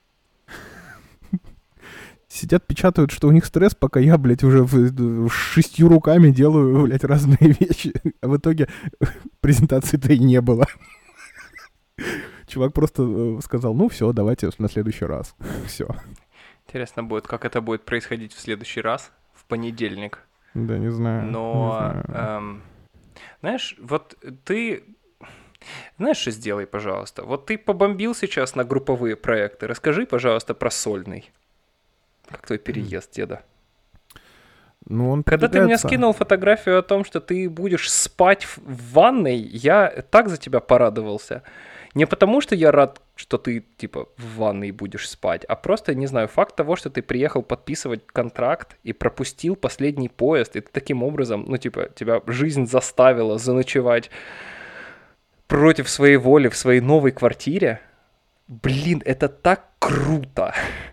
Сидят, печатают, что у них стресс, пока я, блядь, уже в- в шестью руками делаю, блядь, разные вещи. А в итоге презентации-то и не было. Чувак просто э, сказал, ну все, давайте на следующий раз. Все. Интересно будет, как это будет происходить в следующий раз, в понедельник. Да, не знаю. не Но, знаю. эм, знаешь, вот ты... Знаешь, что сделай, пожалуйста? Вот ты побомбил сейчас на групповые проекты. Расскажи, пожалуйста, про сольный. Как твой переезд, деда? Ну, он Когда ты мне продвигается. скинул фотографию о том, что ты будешь спать в в ванной, я так за тебя порадовался. Не потому, что я рад, что ты, типа, в ванной будешь спать, а просто, не знаю, факт того, что ты приехал подписывать контракт и пропустил последний поезд, и ты таким образом, ну, типа, тебя жизнь заставила заночевать против своей воли в своей новой квартире. Блин, это так круто.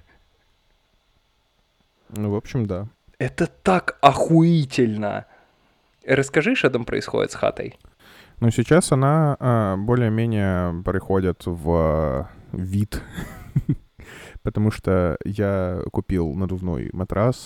Ну, в общем, да. Это так охуительно. Расскажи, что там происходит с хатой. Но сейчас она а, более-менее приходит в а, вид, потому что я купил надувной матрас,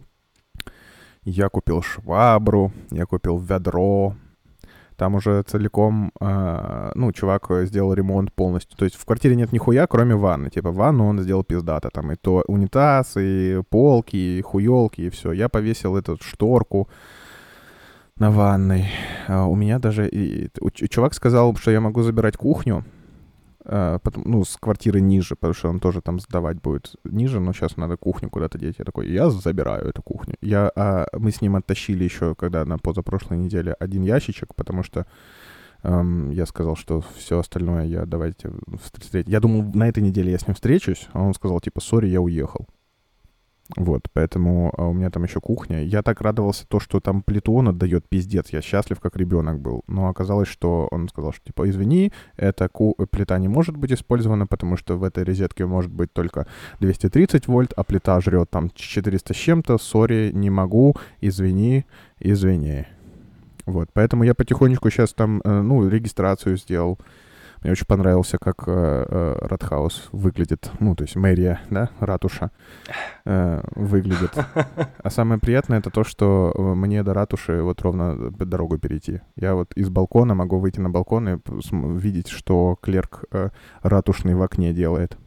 я купил швабру, я купил ведро. Там уже целиком, а, ну, чувак сделал ремонт полностью. То есть в квартире нет нихуя, кроме ванны. Типа ванну он сделал пиздато. Там и то унитаз, и полки, и хуёлки, и все. Я повесил эту шторку на ванной. А у меня даже... И, у- чувак сказал, что я могу забирать кухню, а, потом, ну, с квартиры ниже, потому что он тоже там сдавать будет ниже, но сейчас надо кухню куда-то деть. Я такой, я забираю эту кухню. Я, а, мы с ним оттащили еще, когда на позапрошлой неделе, один ящичек, потому что эм, я сказал, что все остальное я давайте встретить. Я думал, на этой неделе я с ним встречусь, а он сказал, типа, сори, я уехал. Вот, поэтому а, у меня там еще кухня. Я так радовался то, что там плиту он отдает, пиздец. Я счастлив, как ребенок был. Но оказалось, что он сказал, что типа, извини, эта ку- плита не может быть использована, потому что в этой розетке может быть только двести тридцать вольт, а плита жрет там четыреста с чем-то. Сори, не могу, извини, извини. Вот, поэтому я потихонечку сейчас там, э, ну, регистрацию сделал. Мне очень понравился, как э, э, Ратхаус выглядит, ну, то есть мэрия, да, ратуша э, выглядит. А самое приятное это то, что э, мне до ратуши вот ровно дорогу перейти. Я вот из балкона могу выйти на балкон и см- видеть, что клерк э, ратушный в окне делает.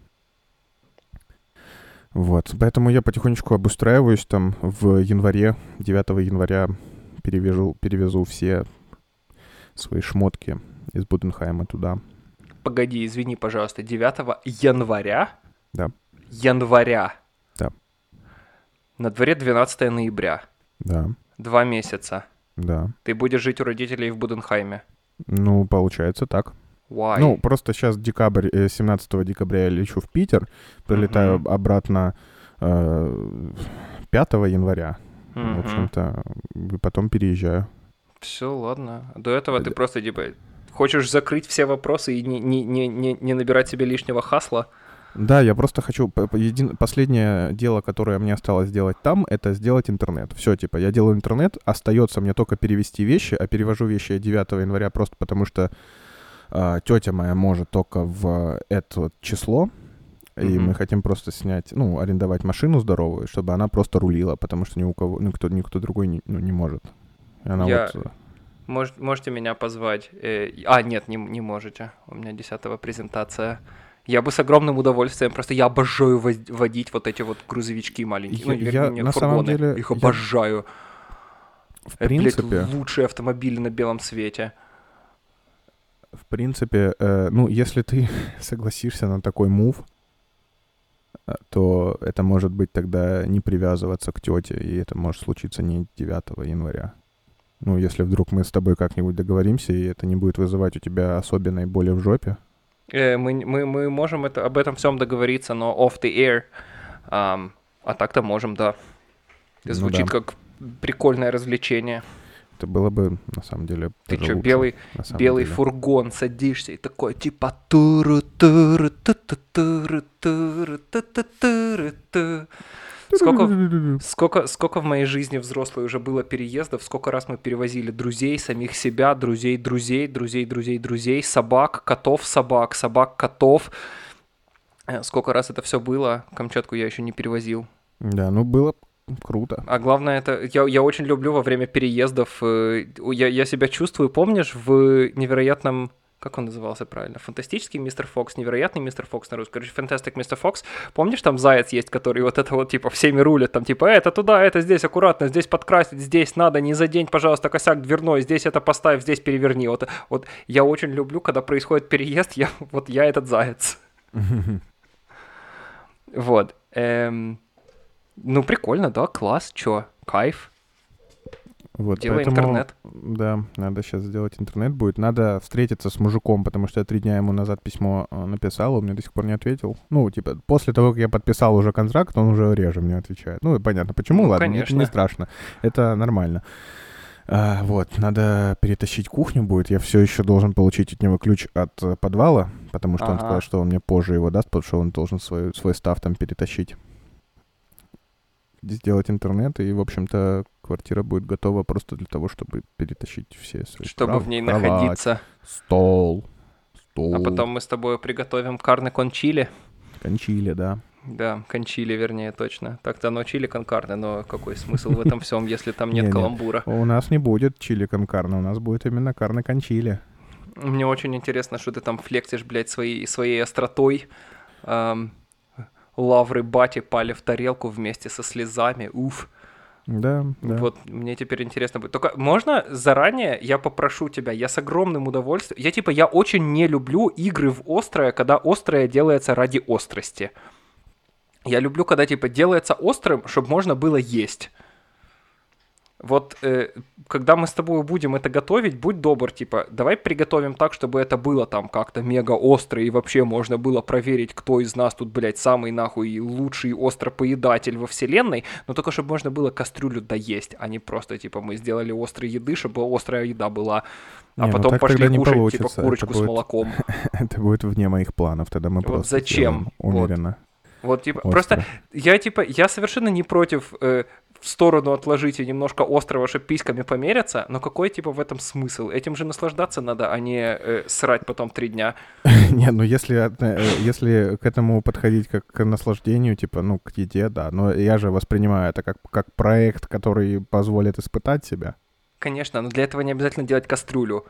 Вот, поэтому я потихонечку обустраиваюсь там в январе, девятого января перевяжу, перевезу все свои шмотки из Буденхайма туда. Погоди, извини, пожалуйста, девятого января? Да. Января. Да. На дворе двенадцатого ноября. Да. Два месяца. Да. Ты будешь жить у родителей в Буденхайме. Ну, получается так. Why? Ну, просто сейчас декабрь, э, семнадцатого декабря я лечу в Питер, прилетаю Мгм. обратно э, пятого января. Мгм. В общем-то, и потом переезжаю. Все, ладно. До этого ты просто, типа, хочешь закрыть все вопросы и не, не, не, не, не набирать себе лишнего хасла? Да, я просто хочу... п- п- един- Последнее дело, которое мне осталось сделать там, это сделать интернет. Все, типа, я делаю интернет, остается мне только перевести вещи, а перевожу вещи я девятого января просто потому, что а, тетя моя может только в это число, и Мгм. мы хотим просто снять, ну, арендовать машину здоровую, чтобы она просто рулила, потому что ни у кого, никто, никто другой не, ну, не может. И она Я- вот... э, Мож- можете меня позвать? Э, А, нет, не, не можете. У меня десятого презентация. Я бы с огромным удовольствием, просто я обожаю воз- водить вот эти вот грузовички маленькие. Я- ну, я вернее, на самом фургоны. деле- Их я- обожаю. В Это, блядь, принципе... лучшие автомобили на белом свете. В принципе, э, ну, если ты согласишься на такой мув, э, то это может быть тогда не привязываться к тете, и это может случиться не девятого января. Ну, если вдруг мы с тобой как-нибудь договоримся, и это не будет вызывать у тебя особенной боли в жопе. Э, мы, мы, мы можем это, об этом всем договориться, но off the air. Ам, а так-то можем, да. Ну Звучит да. как прикольное развлечение. Это было бы, на самом деле, Ты даже чё, лучше, белый, на самом белый деле. фургон, садишься и такой, типа туру туру ту ту туру туру ту ту туру ту. Сколько, сколько, сколько в моей жизни взрослой уже было переездов, сколько раз мы перевозили друзей, самих себя, друзей, друзей, друзей, друзей, друзей, собак, котов, собак, собак, котов. Э, Сколько раз это все было, Камчатку я еще не перевозил. Да, ну было круто. А главное, это я, я очень люблю во время переездов. э, Я, я себя чувствую, помнишь, в невероятном. Как он назывался правильно? Фантастический мистер Фокс, невероятный мистер Фокс на русском. Короче, Fantastic мистер Фокс. Помнишь, там заяц есть, который вот это вот, типа, всеми рулит, там, типа, это туда, это здесь, аккуратно, здесь подкрасить, здесь надо, не задень, пожалуйста, косяк дверной, здесь это поставь, здесь переверни. Вот, вот я очень люблю, когда происходит переезд, я, вот я этот заяц. Вот. эм, Ну, прикольно, да, класс, чё, кайф. Вот, Делай поэтому, интернет. Да, надо сейчас сделать интернет будет. Надо встретиться с мужиком, потому что я три дня ему назад письмо э, написал, он мне до сих пор не ответил. Ну, типа, после того, как я подписал уже контракт, он уже реже мне отвечает. Ну, понятно, почему, Ну, ладно, мне это конечно. не страшно. Это нормально. А, вот, надо перетащить кухню будет. Я все еще должен получить от него ключ от э, подвала, потому что он Ага. сказал, что он мне позже его даст, потому что он должен свой, свой став там перетащить. Сделать интернет, и, в общем-то, квартира будет готова просто для того, чтобы перетащить все свои Чтобы прав- в ней кровать, находиться. стол, стол, А потом мы с тобой приготовим карне кон чили. кончили, да. Да, кончили, вернее, точно. Так-то оно чили кон карне, но какой смысл в этом всем, если там нет Не-не. каламбура? У нас не будет чили кон карне, у нас будет именно карне кончили. Мне очень интересно, что ты там флексишь, блядь, своей, своей остротой. Ам, лавры бати пали в тарелку вместе со слезами. Уф. Да, да. Вот мне теперь интересно будет. Только можно заранее, я попрошу тебя, я с огромным удовольствием... Я типа, я очень не люблю игры в острое, когда острое делается ради острости. Я люблю, когда типа делается острым, чтобы можно было есть. Вот э, когда мы с тобой будем это готовить, будь добр, типа, давай приготовим так, чтобы это было там как-то мега остро, и вообще можно было проверить, кто из нас тут, блядь, самый нахуй лучший остропоедатель во вселенной, но только чтобы можно было кастрюлю доесть, а не просто, типа, мы сделали острые еды, чтобы острая еда была, а Не, ну потом так пошли тогда не кушать, получится. типа, курочку Это с будет- молоком. Это будет вне моих планов, тогда мы Вот просто зачем? сделаем умеренно. Вот, типа, Остро. просто я, типа, я совершенно не против э, в сторону отложить и немножко острого, чтобы письками померяться, но какой, типа, в этом смысл? Этим же наслаждаться надо, а не э, срать потом три дня. Не, ну если, от- э, если к этому подходить как к наслаждению, типа, ну, к еде, да. Но я же воспринимаю это как, как проект, который позволит испытать себя. Конечно, но для этого не обязательно делать кастрюлю.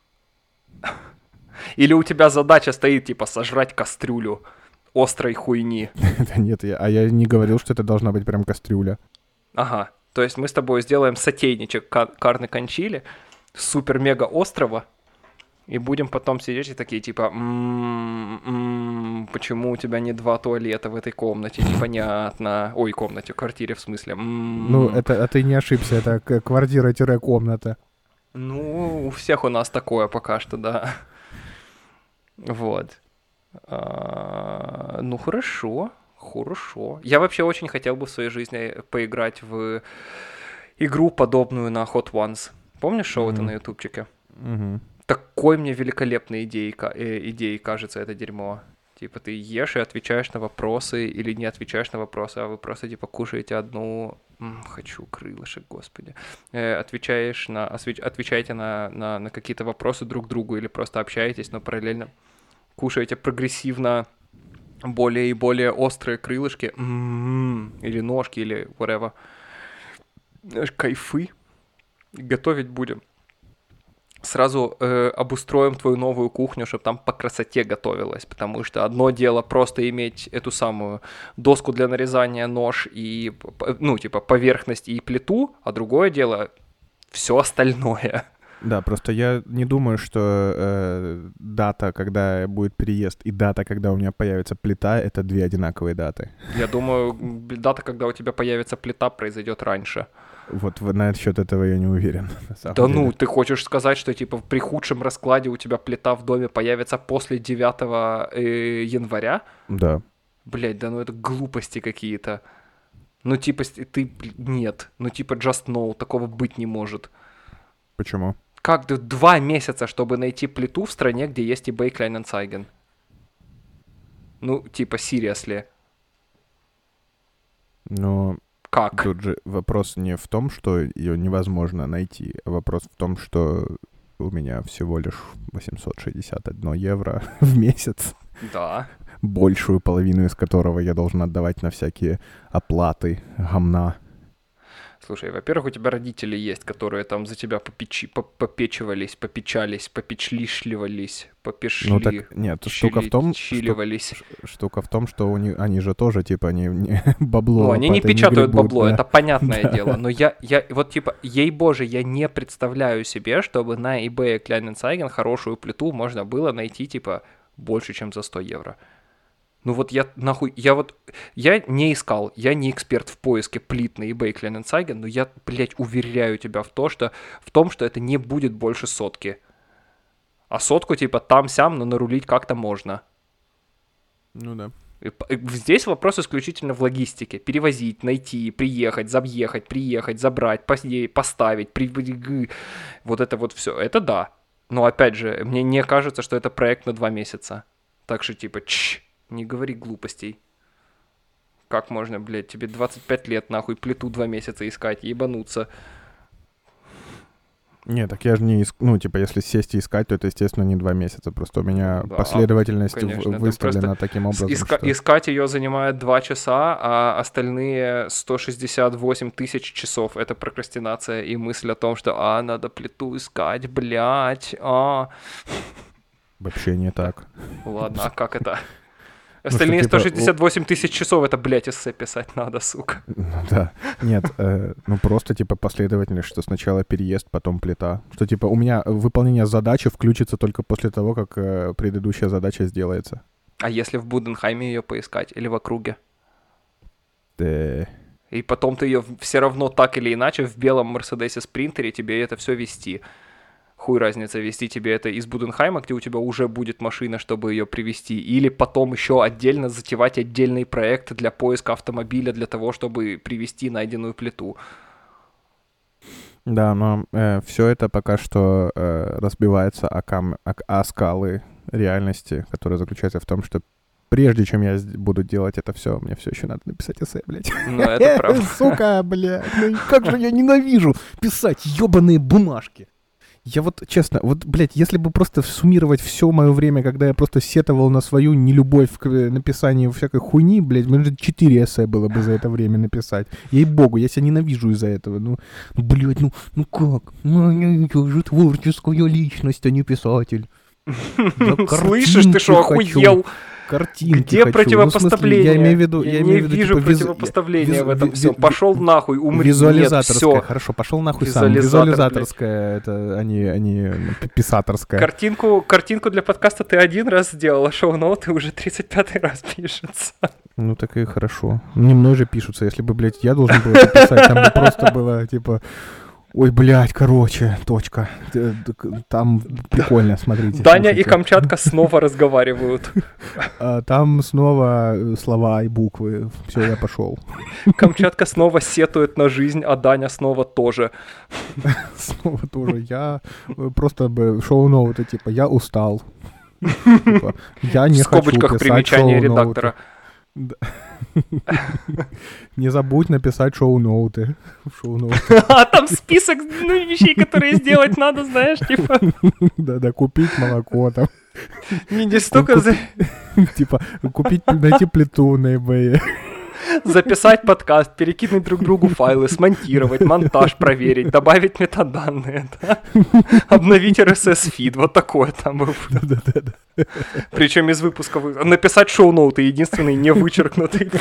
Или у тебя задача стоит, типа, сожрать кастрюлю острой хуйни. Да нет, я, а я не говорил, что это должна быть прям кастрюля. Ага, то есть мы с тобой сделаем сотейничек ка- карны кончили, супер-мега острого, и будем потом сидеть и такие, типа, «М, м, почему у тебя не два туалета в этой комнате, непонятно. Ой, комнате, квартире в смысле. М». Ну, это, а ты не ошибся, это к- квартира-комната. Ну, у всех у нас такое пока что, да. Вот. А, ну, хорошо, хорошо. Я вообще очень хотел бы в своей жизни поиграть в игру, подобную на Hot Ones. Помнишь шоу это Мгм. на ютубчике? Мгм. Такой мне великолепной идеей, ка- э, идеей кажется это дерьмо. Типа ты ешь и отвечаешь на вопросы, или не отвечаешь на вопросы, а вы просто типа кушаете одну... М, хочу крылышек, господи. Э, отвечаешь на... осве- Отвечаете на, на, на какие-то вопросы друг другу, или просто общаетесь, но параллельно кушаете прогрессивно более и более острые крылышки. М, или ножки, или whatever. Знаешь, кайфы. Готовить будем. Сразу э, обустроим твою новую кухню, чтобы там по красоте готовилось, потому что одно дело просто иметь эту самую доску для нарезания, нож и, п- ну, типа, поверхность и плиту, а другое дело все остальное. Да, просто я не думаю, что э, дата, когда будет переезд, и дата, когда у меня появится плита, это две одинаковые даты. Я думаю, м, дата, когда у тебя появится плита, произойдет раньше. Вот в- насчет этого я не уверен. На самом Да деле. ну, ты хочешь сказать, что типа при худшем раскладе у тебя плита в доме появится после девятого э, января? Да. Блять, да ну это глупости какие-то. Ну типа с- ты... бл- Нет. Ну типа just no, такого быть не может. Почему? Как д- два месяца, чтобы найти плиту в стране, где есть eBay Kleinanzeigen? Ну, типа, seriously. Но Как? тут же вопрос не в том, что ее невозможно найти, а вопрос в том, что у меня всего лишь восемьсот шестьдесят один евро в месяц, Да. большую половину из которого я должен отдавать на всякие оплаты, гамна. Слушай, во-первых, у тебя родители есть, которые там за тебя попечи, по- попечивались, попечались, попечлишливались, попешли, Ну так, нет, штука в том, что, чиливались. штука в том, что у них, они же тоже, типа, не, не бабло Ну, они не лопатой печатают гребут, бабло, да. это понятное Да. дело. Но я, я, вот типа, ей-боже, я не представляю себе, чтобы на eBay Kleinanzeigen хорошую плиту можно было найти, типа, больше, чем за сто евро. Ну вот я нахуй, я вот, я не искал, я не эксперт в поиске плит на eBay Kleinanzeigen, но я, блядь, уверяю тебя в, то, что, в том, что это не будет больше сотки. А сотку, типа, там-сям, но нарулить как-то можно. Ну да. И п- и Здесь вопрос исключительно в логистике. Перевозить, найти, приехать, забъехать, приехать, забрать, посе- поставить, при... г- вот это вот все. Это да. Но опять же, мне не кажется, что это проект на два месяца. Так что типа, чш, не говори глупостей. Как можно, блядь, тебе двадцать пять лет, нахуй, плиту два месяца искать, ебануться. Не, так я же не иск... Ну, типа, если сесть и искать, то это, естественно, не два месяца. Просто у меня Да, последовательность в- конечно, там выставлена просто таким образом, Иска- что... Искать ее занимает два часа, а остальные сто шестьдесят восемь тысяч часов — это прокрастинация и мысль о том, что «а, надо плиту искать, блядь, а». Вообще не так. Ладно, а как это? Ну, что, Остальные типа, сто шестьдесят восемь тысяч часов — это, блядь, эссе писать надо, сука. Ну да. Нет, э, ну просто типа последовательность, что сначала переезд, потом плита. Что типа у меня выполнение задачи включится только после того, как э, предыдущая задача сделается. А если в Буденхайме ее поискать или в округе? Э, И потом ты ее все равно так или иначе в белом Мерседесе Спринтере тебе это все вести. Хуй разница, вести тебе это из Буденхайма, где у тебя уже будет машина, чтобы ее привезти, или потом еще отдельно затевать отдельный проект для поиска автомобиля для того, чтобы привезти найденную плиту. Да, но э, все это пока что э, разбивается о, кам... о, о скалы реальности, которая заключается в том, что прежде чем я буду делать это все, мне все еще надо написать эссе, блядь. Ну, это правда. Сука, блядь, ну как же я ненавижу писать ебаные бумажки. Я вот, честно, вот, блядь, если бы просто суммировать все мое время, когда я просто сетовал на свою нелюбовь к написанию всякой хуйни, блядь, мне же четыре эссе было бы за это время написать. Ей-богу, я себя ненавижу из-за этого. Ну, блядь, ну, ну как? Ну, я же творческая личность, а не писатель. Слышишь, ты что, охуел? Картинки Где хочу. противопоставление? Ну, смысле, я имею в виду, я, я не имею в виду, вижу типа, противопоставления виз... в этом виз... всем. Пошел нахуй, умри. Визуализаторская, Нет, хорошо, пошел нахуй Визуализатор, сам. Визуализаторская, блядь. Это они, они писаторская. Картинку, картинку для подкаста ты один раз сделал, а шоу-ноуты уже тридцать пятый раз пишется. Ну так и хорошо. Не мной же пишутся. Если бы, блядь, я должен был это писать, там бы просто было, типа... Ой, блядь, короче, точка. Там прикольно, смотрите. Даня слушайте. и Камчатка снова разговаривают. Там снова слова и буквы. Все, я пошел. Камчатка снова сетует на жизнь, а Даня снова тоже. Снова тоже. Я просто бы шоу-ноуты, типа, я устал. Типа, я не В скобочках хочу писать примечание шоу-ноуты. редактора. Не забудь написать шоу-ноуты. Шоу-ноуты. А там список ну, вещей, которые сделать надо, знаешь, типа. Да-да, купить молоко там. Не, не столько за... Типа, купить, найти плиту на eBay. Записать подкаст, перекинуть друг другу файлы, смонтировать, монтаж проверить, добавить метаданные, да? Обновить эр эс эс-фид, вот такое там было. Да-да-да. Причем из выпуска вы... написать шоу-ноуты, единственный не вычеркнутый.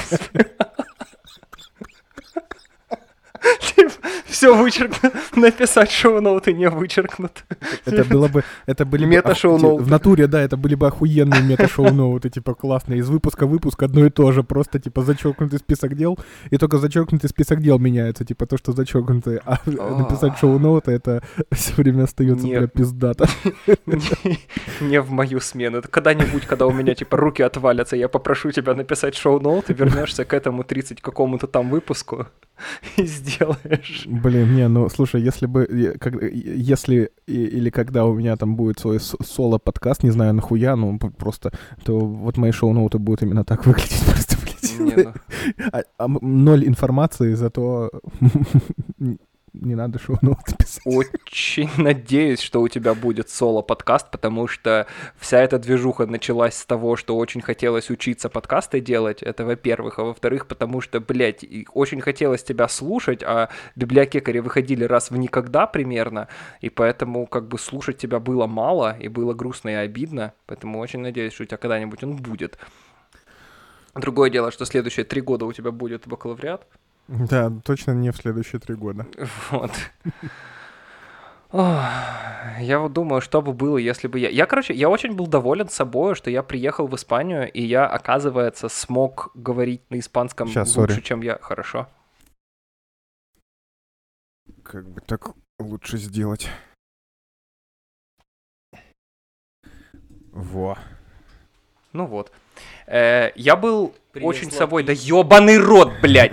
Все вычеркнуто, написать шоу-ноуты не вычеркнуто. Это было бы, это были бы мета-шоу-ноуты. В натуре, да, это были бы охуенные мета-шоу-ноуты, типа классные. Из выпуска в выпуск одно и то же, просто типа зачеркнутый список дел, и только зачеркнутый список дел меняется, типа то, что зачеркнутый, а написать шоу-ноуты, это все время остается прям пиздато. Не в мою смену. Когда-нибудь, когда у меня типа руки отвалятся, я попрошу тебя написать шоу-ноуты, вернешься к этому тридцать какому-то там выпуску и сделаешь. Блин, не, ну слушай, если бы, как, если или когда у меня там будет свой соло-подкаст, не знаю нахуя, ну просто, то вот мои шоу-ноуты будут именно так выглядеть просто, блядь. Не, ну... а, а, ноль информации, зато не надо шоу-ноуты писать. Очень надеюсь, что у тебя будет соло-подкаст, потому что вся эта движуха началась с того, что очень хотелось учиться подкасты делать, это во-первых, а во-вторых, потому что, блядь, очень хотелось тебя слушать, а библиотекари выходили раз в никогда примерно, и поэтому как бы слушать тебя было мало, и было грустно и обидно, поэтому очень надеюсь, что у тебя когда-нибудь он будет. Другое дело, что следующие три года у тебя будет бакалавриат. Да, точно не в следующие три года. Вот. Ох, я вот думаю, что бы было, если бы я... Я, короче, я очень был доволен собой, что я приехал в Испанию, и я, оказывается, смог говорить на испанском Сейчас, лучше, sorry. чем я... Хорошо. Как бы так лучше сделать. Во. Ну вот. Э, я был Привет, очень сладкий. собой... Да ёбаный рот, блядь!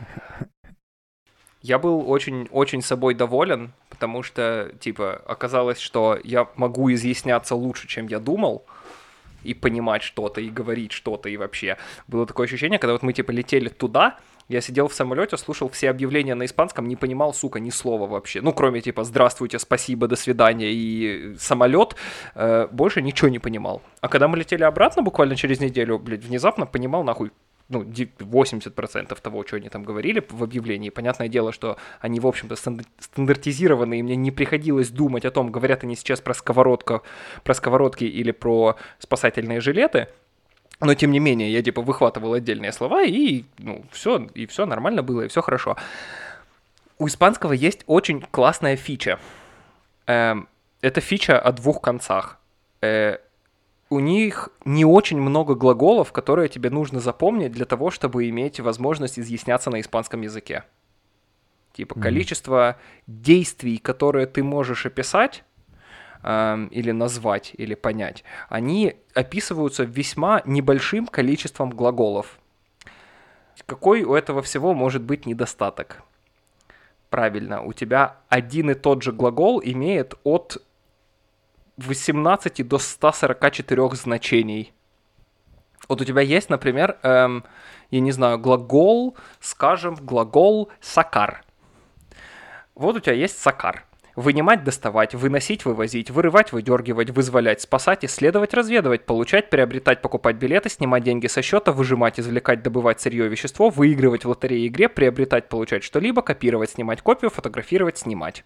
Я был очень-очень собой доволен, потому что, типа, оказалось, что я могу изъясняться лучше, чем я думал, и понимать что-то, и говорить что-то, и вообще. Было такое ощущение, когда вот мы, типа, летели туда, я сидел в самолете, слушал все объявления на испанском, не понимал, сука, ни слова вообще. Ну, кроме, типа, «здравствуйте», «спасибо», «до свидания» и «самолет», э, больше ничего не понимал. А когда мы летели обратно, буквально через неделю, блядь, внезапно понимал, нахуй, ну, восемьдесят процентов того, что они там говорили в объявлении. Понятное дело, что они, в общем-то, стандартизированы, и мне не приходилось думать о том, говорят они сейчас про сковородку, про сковородки или про спасательные жилеты. Но, тем не менее, я, типа, выхватывал отдельные слова, и, ну, все, и все нормально было, и все хорошо. У испанского есть очень классная фича. Эм, это фича о двух концах. Э, у них не очень много глаголов, которые тебе нужно запомнить для того, чтобы иметь возможность изъясняться на испанском языке. Типа mm-hmm. количество действий, которые ты можешь описать, э, или назвать, или понять, они описываются весьма небольшим количеством глаголов. Какой у этого всего может быть недостаток? Правильно, у тебя один и тот же глагол имеет от восемнадцати до ста сорока четырёх значений. Вот у тебя есть, например, эм, я не знаю, глагол, скажем, глагол «сакар». Вот у тебя есть «сакар». Вынимать, доставать, выносить, вывозить, вырывать, выдергивать, вызволять, спасать, исследовать, разведывать, получать, приобретать, покупать билеты, снимать деньги со счета, выжимать, извлекать, добывать сырье и вещество, выигрывать в лотерее и игре, приобретать, получать что-либо, копировать, снимать копию, фотографировать, снимать.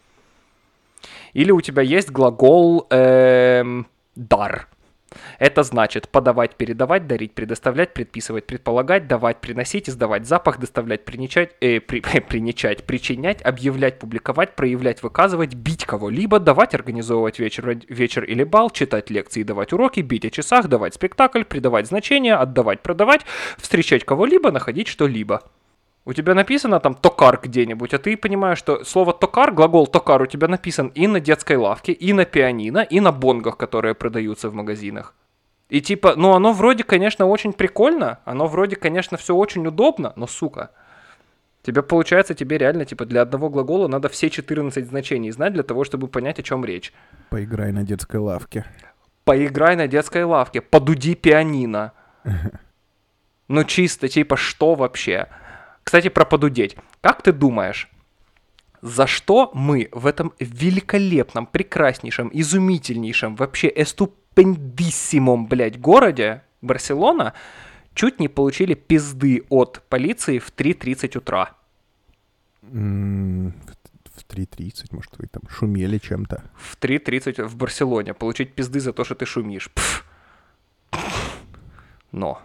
Или у тебя есть глагол эм, «дар». Это значит подавать, передавать, дарить, предоставлять, предписывать, предполагать, давать, приносить, издавать запах, доставлять, приничать, э, при, приничать, причинять, объявлять, публиковать, проявлять, выказывать, бить кого-либо, давать, организовывать вечер, вечер или бал, читать лекции, давать уроки, бить о часах, давать спектакль, придавать значение, отдавать, продавать, встречать кого-либо, находить что-либо. У тебя написано там «токар» где-нибудь, а ты понимаешь, что слово «токар», глагол «токар» у тебя написан и на детской лавке, и на пианино, и на бонгах, которые продаются в магазинах. И типа, ну оно вроде, конечно, очень прикольно, оно вроде, конечно, все очень удобно, но, сука, тебе получается, тебе реально, типа, для одного глагола надо все четырнадцать значений знать для того, чтобы понять, о чем речь. Поиграй на детской лавке. Поиграй на детской лавке, подуди пианино. Ну чисто, типа, что вообще? Кстати, про подудеть. Как ты думаешь, за что мы в этом великолепном, прекраснейшем, изумительнейшем, вообще эступендиссимом, блядь, городе Барселона чуть не получили пизды от полиции в три тридцать утра? Mm, в три тридцать, может, вы там шумели чем-то? В три тридцать в Барселоне. Получить пизды за то, что ты шумишь. Пф. Но...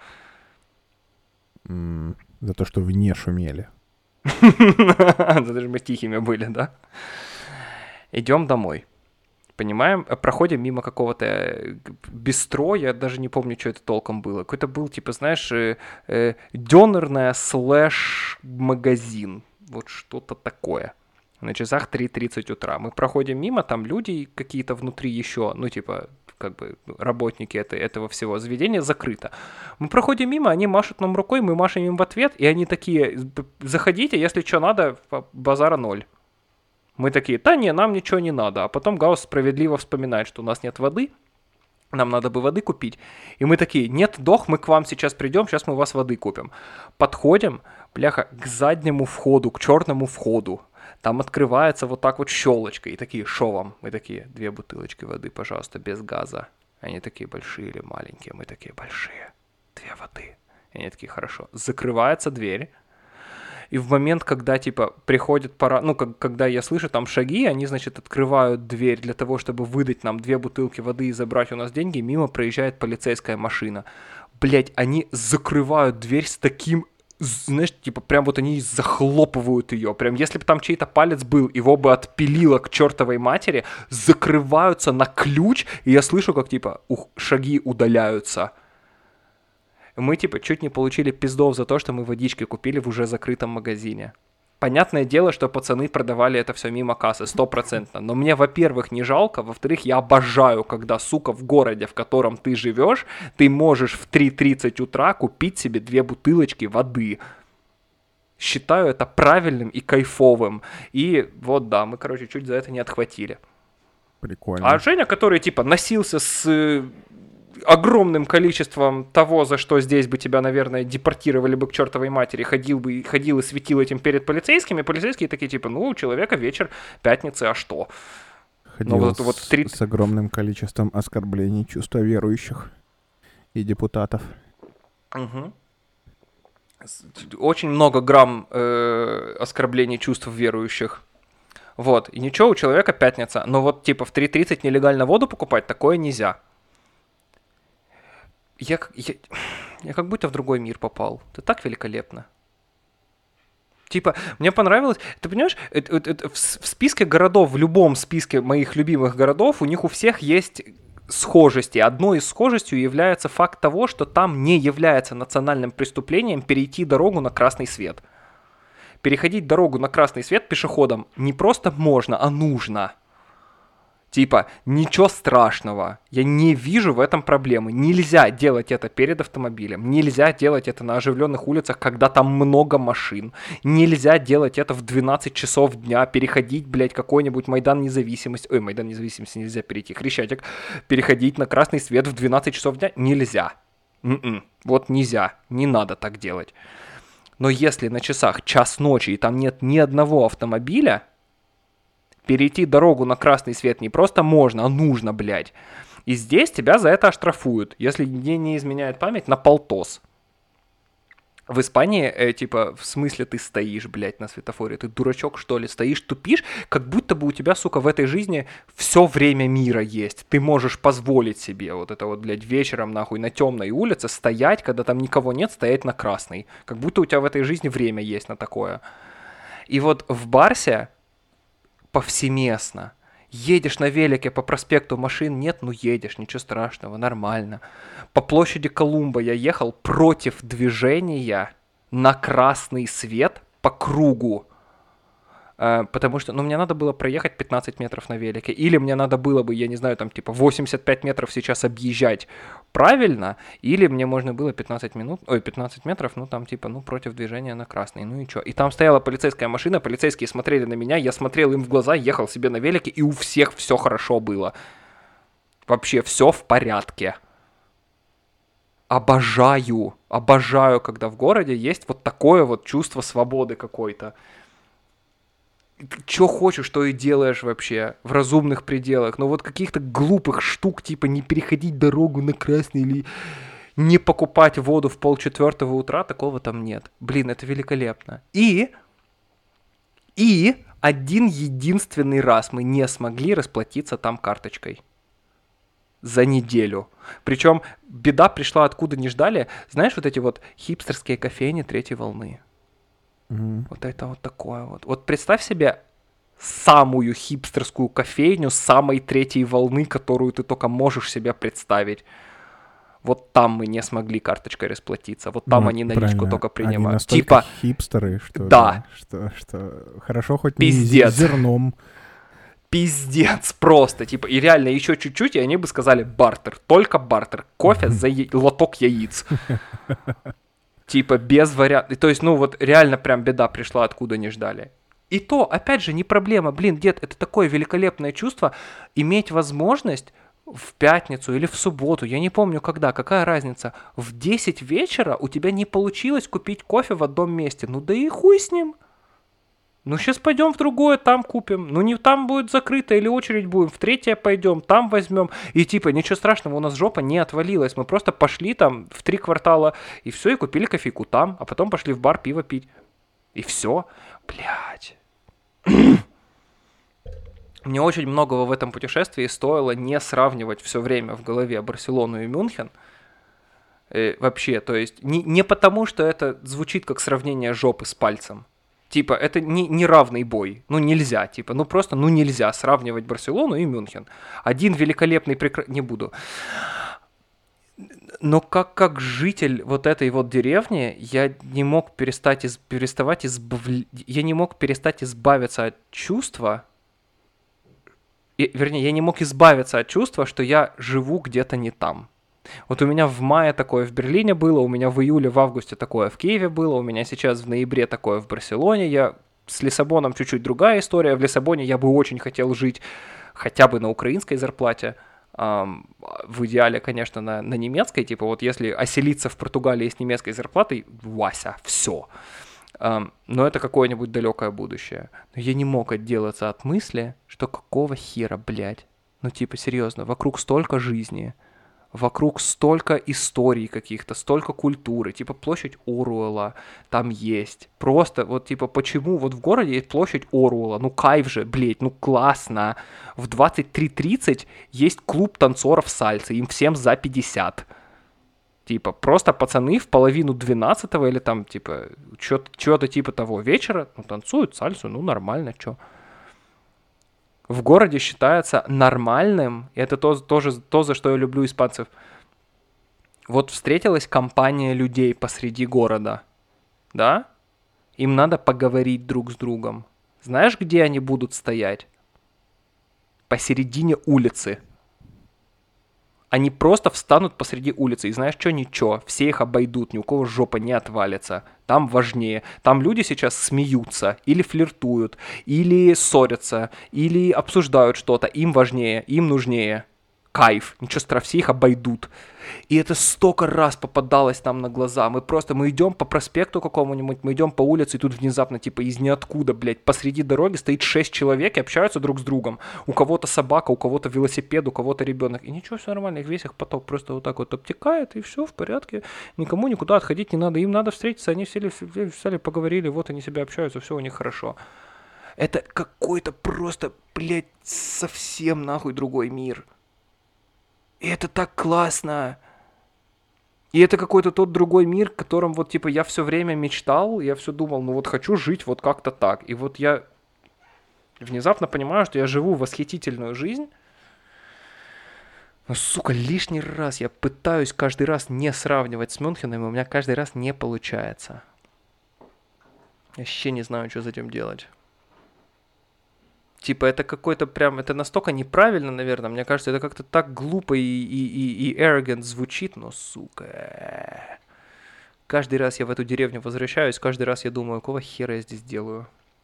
Mm. За то, что вы не шумели. За то, что мы тихими были, да? Идем домой. Понимаем? Проходим мимо какого-то бистро, я даже не помню, что это толком было. Какой-то был, типа, знаешь, э, э, дёнерная слэш-магазин. Вот что-то такое. На часах три тридцать утра. Мы проходим мимо, там люди какие-то внутри еще, ну, типа, как бы работники это, этого всего заведения, закрыто. Мы проходим мимо, они машут нам рукой, мы машем им в ответ, и они такие: заходите, если что надо, базара ноль. Мы такие: да не, нам ничего не надо. А потом Гаусс справедливо вспоминает, что у нас нет воды, нам надо бы воды купить. И мы такие: нет, дох, мы к вам сейчас придем, сейчас мы у вас воды купим. Подходим, бляха, к заднему входу, к черному входу. Там открывается вот так вот щелочка. И такие: шо вам? Мы такие: две бутылочки воды, пожалуйста, без газа. Они такие: большие или маленькие? Мы такие: большие. Две воды. И они такие: хорошо. Закрывается дверь. И в момент, когда, типа, приходит пора... Ну, как, когда я слышу там шаги, они, значит, открывают дверь для того, чтобы выдать нам две бутылки воды и забрать у нас деньги. Мимо проезжает полицейская машина. Блять, они закрывают дверь с таким... Знаешь, типа, прям вот они захлопывают ее. Прям если бы там чей-то палец был, его бы отпилило к чертовой матери, закрываются на ключ, и я слышу, как, типа, ух, шаги удаляются. Мы, типа, чуть не получили пиздов за то, что мы водички купили в уже закрытом магазине. Понятное дело, что пацаны продавали это все мимо кассы, стопроцентно. Но мне, во-первых, не жалко, во-вторых, я обожаю, когда, сука, в городе, в котором ты живешь, ты можешь в три тридцать утра купить себе две бутылочки воды. Считаю это правильным и кайфовым. И вот, да, мы, короче, чуть за это не отхватили. Прикольно. А Женя, который, типа, носился с... огромным количеством того, за что здесь бы тебя, наверное, депортировали бы к чертовой матери, ходил бы, ходил и светил этим перед полицейскими, полицейские такие, типа, ну, у человека вечер пятницы, а что? Ходил вот, с, вот три... с огромным количеством оскорблений чувства верующих и депутатов. Угу. Очень много грамм э, оскорблений чувств верующих. Вот, и ничего, у человека пятница, но вот, типа, в три тридцать нелегально воду покупать, такое нельзя. Я, я, я как будто в другой мир попал. Это так великолепно. Типа, мне понравилось... Ты понимаешь, это, это, это, в, в списке городов, в любом списке моих любимых городов, у них у всех есть схожести. Одной из схожестей является факт того, что там не является национальным преступлением перейти дорогу на красный свет. Переходить дорогу на красный свет пешеходам не просто можно, а нужно. Типа, ничего страшного. Я не вижу в этом проблемы. Нельзя делать это перед автомобилем. Нельзя делать это на оживленных улицах, когда там много машин. Нельзя делать это в двенадцать часов дня. Переходить, блядь, какой-нибудь Майдан Независимости. Ой, Майдан Независимости нельзя перейти. Хрещатик. Переходить на красный свет в двенадцать часов дня нельзя. М-м. Вот нельзя. Не надо так делать. Но если на часах час ночи и там нет ни одного автомобиля, перейти дорогу на красный свет не просто можно, а нужно, блядь. И здесь тебя за это оштрафуют, если мне не изменяет память, на полтос. В Испании, э, типа, в смысле ты стоишь, блядь, на светофоре? Ты дурачок, что ли? Стоишь, тупишь? Как будто бы у тебя, сука, в этой жизни все время мира есть. Ты можешь позволить себе вот это вот, блядь, вечером, нахуй, на темной улице стоять, когда там никого нет, стоять на красной. Как будто у тебя в этой жизни время есть на такое. И вот в Барсе повсеместно. Едешь на велике по проспекту, машин нет, ну едешь, ничего страшного, нормально. По площади Колумба я ехал против движения на красный свет по кругу. Э, потому что, ну, мне надо было проехать пятнадцать метров на велике. Или мне надо было бы, я не знаю, там, типа, восемьдесят пять метров сейчас объезжать правильно. Или мне можно было пятнадцать минут, ой, пятнадцать метров, ну, там, типа, ну, против движения на красный. Ну и чё? И там стояла полицейская машина, полицейские смотрели на меня, я смотрел им в глаза, ехал себе на велике, и у всех все хорошо было. Вообще все в порядке. Обожаю, обожаю, когда в городе есть вот такое вот чувство свободы какой-то. Чё хочешь, то и делаешь вообще в разумных пределах. Но вот каких-то глупых штук, типа не переходить дорогу на красный или не покупать воду в полчетвертого утра, такого там нет. Блин, это великолепно. И, и один единственный раз мы не смогли расплатиться там карточкой. За неделю. Причем беда пришла откуда не ждали. Знаешь, вот эти вот хипстерские кофейни третьей волны. Mm-hmm. Вот это вот такое вот. Вот представь себе самую хипстерскую кофейню самой третьей волны, которую ты только можешь себе представить. Вот там мы не смогли карточкой расплатиться. Вот там ну, они наличку правильно. Только принимают. Они настолько типа хипстеры, что, да. Да, что, что хорошо хоть Пиздец. Не зерном. Пиздец просто. Типа, и реально еще чуть-чуть, и они бы сказали бартер. Только бартер. Кофе за я... лоток яиц. Типа, без вариантов. То есть, ну вот реально прям беда пришла, откуда не ждали. И то, опять же, не проблема. Блин, дед, это такое великолепное чувство иметь возможность в пятницу или в субботу, я не помню когда, какая разница, в десять вечера у тебя не получилось купить кофе в одном месте. Ну да и хуй с ним. Ну сейчас пойдем в другое, там купим. Ну не там будет закрыто или очередь будем, в третье пойдем, там возьмем. И типа ничего страшного, у нас жопа не отвалилась. Мы просто пошли там в три квартала и все, и купили кофейку там, а потом пошли в бар пиво пить. И все. Блядь. Мне очень многого в этом путешествии стоило не сравнивать все время в голове Барселону и Мюнхен. Э, вообще, то есть не, не потому, что это звучит как сравнение жопы с пальцем. Типа, это не, не равный бой. Ну, нельзя, типа, ну просто, ну нельзя сравнивать Барселону и Мюнхен. Один великолепный, прекрасный... Не буду. Но как, как житель вот этой вот деревни, я не мог перестать, из, переставать избав... я не мог перестать избавиться от чувства, и, вернее, я не мог избавиться от чувства, что я живу где-то не там. Вот у меня в мае такое в Берлине было, у меня в июле, в августе такое в Киеве было, у меня сейчас в ноябре такое в Барселоне. Я с Лиссабоном чуть-чуть другая история. В Лиссабоне я бы очень хотел жить хотя бы на украинской зарплате. Um, в идеале, конечно, на, на немецкой. Типа вот если оселиться в Португалии с немецкой зарплатой, Вася, все. Um, но это какое-нибудь далекое будущее. Но я не мог отделаться от мысли, что какого хера, блядь. Ну типа серьезно, вокруг столько жизни. Вокруг столько историй каких-то, столько культуры, типа площадь Оруэлла там есть. Просто вот типа почему вот в городе есть площадь Оруэлла, ну кайф же, блядь, ну классно. В двадцать три тридцать есть клуб танцоров сальсы, им всем за пятьдесят. Типа просто пацаны в половину двенадцатого или там типа что-то, что-то типа того вечера, ну танцуют сальсу, ну нормально, чё. в городе считается нормальным, и это то, тоже то, за что я люблю испанцев. Вот встретилась компания людей посреди города, да? Им надо поговорить друг с другом. Знаешь, где они будут стоять? Посередине улицы. Они просто встанут посреди улицы. И знаешь что? Ничего. Все их обойдут. Ни у кого жопа не отвалится. Там важнее. Там люди сейчас смеются. Или флиртуют. Или ссорятся. Или обсуждают что-то. Им важнее. Им нужнее. Кайф. Ничего страшного. Все их обойдут. И это столько раз попадалось нам на глаза. Мы просто, мы идем по проспекту какому-нибудь, мы идем по улице, и тут внезапно, типа, из ниоткуда, блядь, посреди дороги стоит шесть человек и общаются друг с другом. У кого-то собака, у кого-то велосипед, у кого-то ребенок. И ничего, все нормально, их весь их поток просто вот так вот обтекает, и все в порядке. Никому никуда отходить не надо. Им надо встретиться, они сели, сели, поговорили, вот они себя общаются, все у них хорошо. Это какой-то просто, блядь, совсем нахуй другой мир. И это так классно. И это какой-то тот другой мир, в котором вот типа я все время мечтал, я все думал, ну вот хочу жить вот как-то так. И вот я внезапно понимаю, что я живу восхитительную жизнь. Но, сука, лишний раз я пытаюсь каждый раз не сравнивать с Мюнхеном, и у меня каждый раз не получается. Я вообще не знаю, что с этим делать. Типа, это какой-то прям, это настолько неправильно, наверное, мне кажется, это как-то так глупо и, и, и, и arrogant звучит, но, сука. Каждый раз я в эту деревню возвращаюсь, каждый раз я думаю, какого хера я здесь делаю?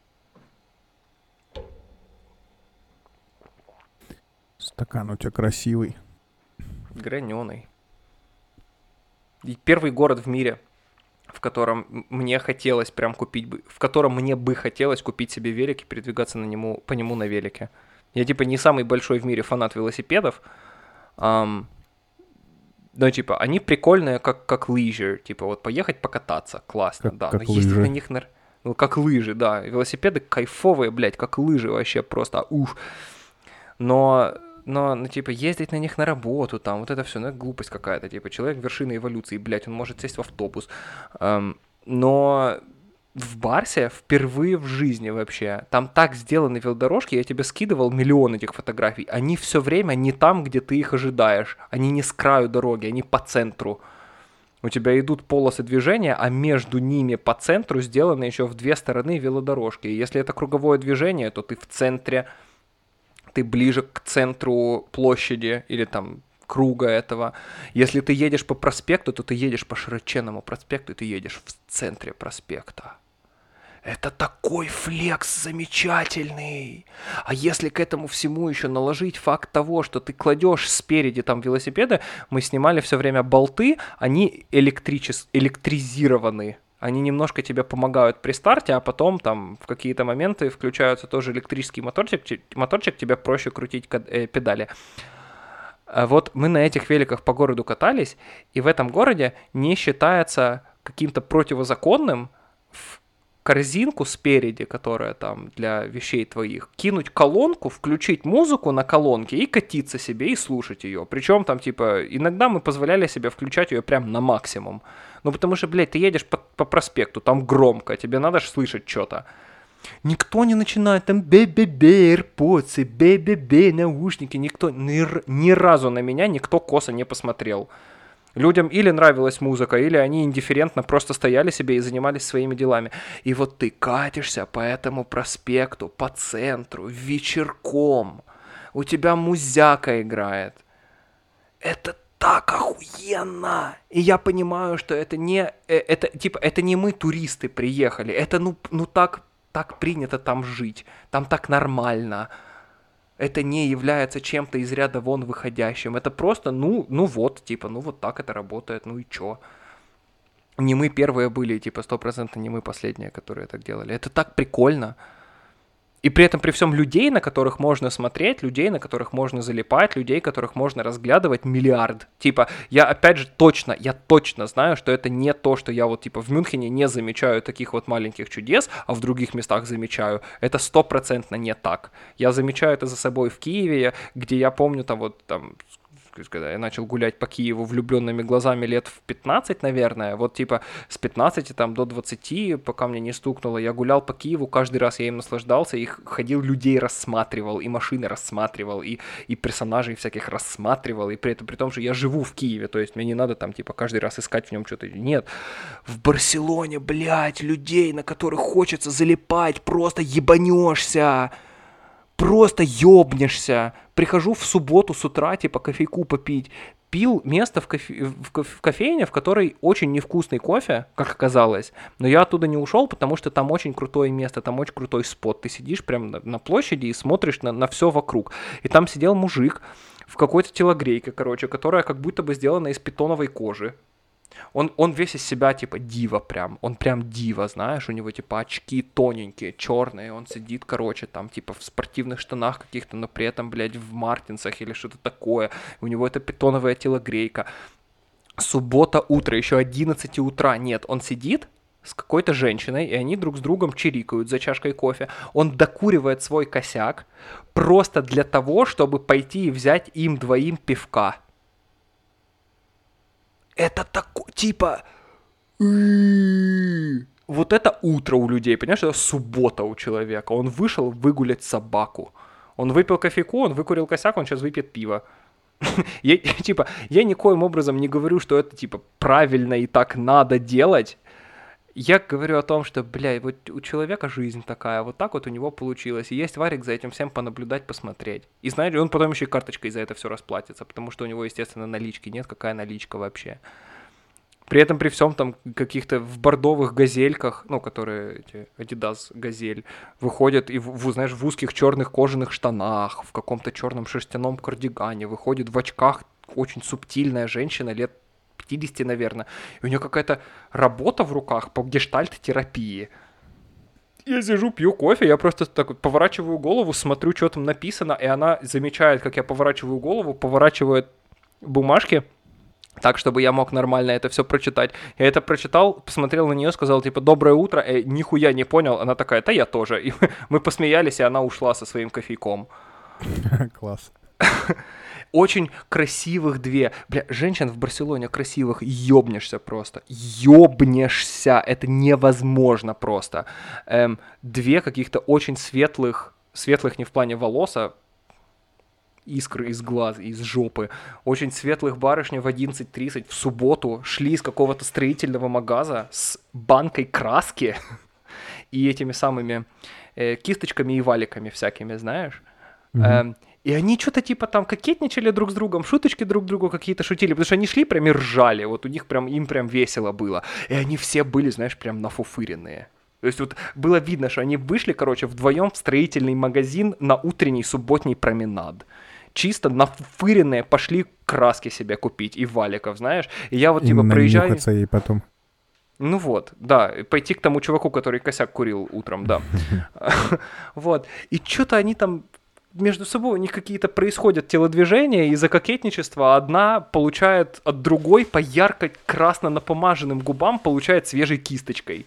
Стакан у тебя красивый. Граненый. И первый город в мире, в котором мне хотелось прям купить, в котором мне бы хотелось купить себе велик и передвигаться на нему, по нему на велике. Я, типа, не самый большой в мире фанат велосипедов, эм, но, типа, они прикольные, как, как лыжи, типа, вот поехать покататься, классно, как, да, как но лыжи. ездить на них, ну, как лыжи, да, велосипеды кайфовые, блядь, как лыжи вообще просто, ух, но... Но, ну, типа, ездить на них на работу, там, вот это все, ну, это глупость какая-то, типа, человек вершины эволюции, блядь, он может сесть в автобус. Эм, но в Барсе впервые в жизни вообще, там так сделаны велодорожки, я тебе скидывал миллион этих фотографий, они все время не там, где ты их ожидаешь, они не с краю дороги, они по центру. У тебя идут полосы движения, а между ними по центру сделаны еще в две стороны велодорожки. И если это круговое движение, то ты в центре... ты ближе к центру площади или там круга этого. Если ты едешь по проспекту, то ты едешь по широченному проспекту, и ты едешь в центре проспекта. Это такой флекс замечательный. А если к этому всему еще наложить факт того, что ты кладешь спереди там велосипеды, мы снимали все время болты, они электричес... электризированы. Они немножко тебе помогают при старте, а потом там в какие-то моменты включаются тоже электрический моторчик, моторчик тебе проще крутить э, педали. А вот мы на этих великах по городу катались, и в этом городе не считается каким-то противозаконным в корзинку спереди, которая там для вещей твоих, кинуть колонку, включить музыку на колонке и катиться себе и слушать ее. Причем там типа иногда мы позволяли себе включать ее прям на максимум. Ну, потому что, блядь, ты едешь по, по проспекту, там громко, тебе надо ж слышать что-то. Никто не начинает там бе-бе-бе, AirPods, бе-бе-бе, наушники. Никто, ни, ни разу на меня никто косо не посмотрел. Людям или нравилась музыка, или они индифферентно просто стояли себе и занимались своими делами. И вот ты катишься по этому проспекту, по центру, вечерком. У тебя музяка играет. Это так охуенно! И я понимаю, что это не... Это, типа, это не мы, туристы, приехали. Это, ну, ну так, так принято там жить. Там так нормально. Это не является чем-то из ряда вон выходящим. Это просто, ну, ну вот, типа, ну вот так это работает, ну и чё? Не мы первые были, типа, сто процентов не мы последние, которые так делали. Это так прикольно. И при этом, при всем людей, на которых можно смотреть, людей, на которых можно залипать, людей, которых можно разглядывать, миллиард. Типа, я опять же точно, я точно знаю, что это не то, что я вот типа в Мюнхене не замечаю таких вот маленьких чудес, а в других местах замечаю. Это стопроцентно не так. Я замечаю это за собой в Киеве, где я помню там вот там когда я начал гулять по Киеву влюбленными глазами лет в пятнадцать, наверное, вот типа с пятнадцати там до двадцати, пока мне не стукнуло, я гулял по Киеву, каждый раз я им наслаждался, и ходил, людей рассматривал, и машины рассматривал, и, и персонажей всяких рассматривал, и при этом, при том, что я живу в Киеве, то есть мне не надо там типа каждый раз искать в нем что-то. Нет, в Барселоне, блядь, людей, на которых хочется залипать, просто ебанешься. Просто ёбнешься. Прихожу в субботу с утра, типа, кофейку попить. Пил место в, кофе... в, кофе... в кофейне, в которой очень невкусный кофе, как оказалось. Но я оттуда не ушел, потому что там очень крутое место, там очень крутой спот. Ты сидишь прямо на, на площади и смотришь на, на все вокруг. И там сидел мужик в какой-то телогрейке, короче, которая как будто бы сделана из питоновой кожи. Он, он весь из себя, типа, дива прям. Он прям дива, знаешь, у него, типа, очки тоненькие, черные. Он сидит, короче, там, типа, в спортивных штанах каких-то, но при этом, блядь, в мартинсах или что-то такое. У него это питоновая телогрейка. Суббота утро, еще одиннадцать утра. Нет, он сидит с какой-то женщиной, и они друг с другом чирикают за чашкой кофе. Он докуривает свой косяк просто для того, чтобы пойти и взять им двоим пивка. Это такое, типа, вот это утро у людей, понимаешь, это суббота у человека. Он вышел выгулять собаку. Он выпил кофейку, он выкурил косяк, он сейчас выпьет пиво. Я, типа, я никоим образом не говорю, что это, типа, правильно и так надо делать. Я говорю о том, что, бля, вот у человека жизнь такая, вот так вот у него получилось. И есть варик за этим всем понаблюдать, посмотреть. И знаете, он потом еще и карточкой за это все расплатится, потому что у него, естественно, налички нет. Какая наличка вообще? При этом, при всем там каких-то в бордовых газельках, ну, которые эти Adidas газель, выходят и, в, знаешь, в узких черных кожаных штанах, в каком-то черном шерстяном кардигане, выходит в очках очень субтильная женщина лет пятидесяти, наверное, и у нее какая-то работа в руках по гештальт-терапии. Я сижу, пью кофе, я просто так поворачиваю голову, смотрю, что там написано, и она замечает, как я поворачиваю голову, поворачивает бумажки так, чтобы я мог нормально это все прочитать. Я это прочитал, посмотрел на нее, сказал, типа, доброе утро, э, нихуя не понял. Она такая, да я тоже. И мы посмеялись, и она ушла со своим кофейком. Класс. Очень красивых две. Бля, женщин в Барселоне красивых ёбнешься просто. Ёбнешься. Это невозможно просто. Эм, две каких-то очень светлых, светлых не в плане волос, а искры из глаз, из жопы. Очень светлых барышни в одиннадцать тридцать в субботу шли из какого-то строительного магаза с банкой краски и этими самыми э, кисточками и валиками всякими, знаешь. Mm-hmm. Эм, И они что-то типа там кокетничали друг с другом, шуточки друг другу какие-то шутили, потому что они шли прям и ржали, вот у них прям, им прям весело было. И они все были, знаешь, прям нафуфыренные. То есть вот было видно, что они вышли, короче, вдвоем в строительный магазин на утренний субботний променад. Чисто нафуфыренные пошли краски себе купить и валиков, знаешь. И я вот типа проезжаю... нанюхаться ей потом. Ну вот, да, пойти к тому чуваку, который косяк курил утром, да. Вот, и что-то они там... Между собой у них какие-то происходят телодвижения, и за кокетничество одна получает от другой по ярко-красно напомаженным губам, получает свежей кисточкой.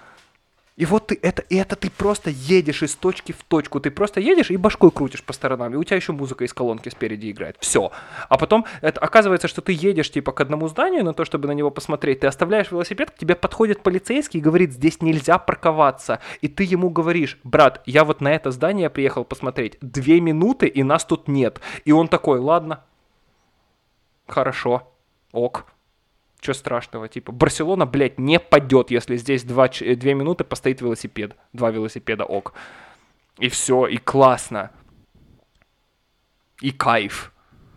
И вот ты это, и это ты просто едешь из точки в точку, ты просто едешь и башкой крутишь по сторонам, и у тебя еще музыка из колонки спереди играет, все. А потом это, оказывается, что ты едешь типа к одному зданию на то, чтобы на него посмотреть, ты оставляешь велосипед, к тебе подходит полицейский и говорит, здесь нельзя парковаться, и ты ему говоришь, брат, я вот на это здание приехал посмотреть, две минуты и нас тут нет. И он такой, ладно, хорошо, ок. Чё страшного, типа, Барселона, блядь, не падет, если здесь два, две минуты постоит велосипед, два велосипеда, ок. И все, и классно. И кайф.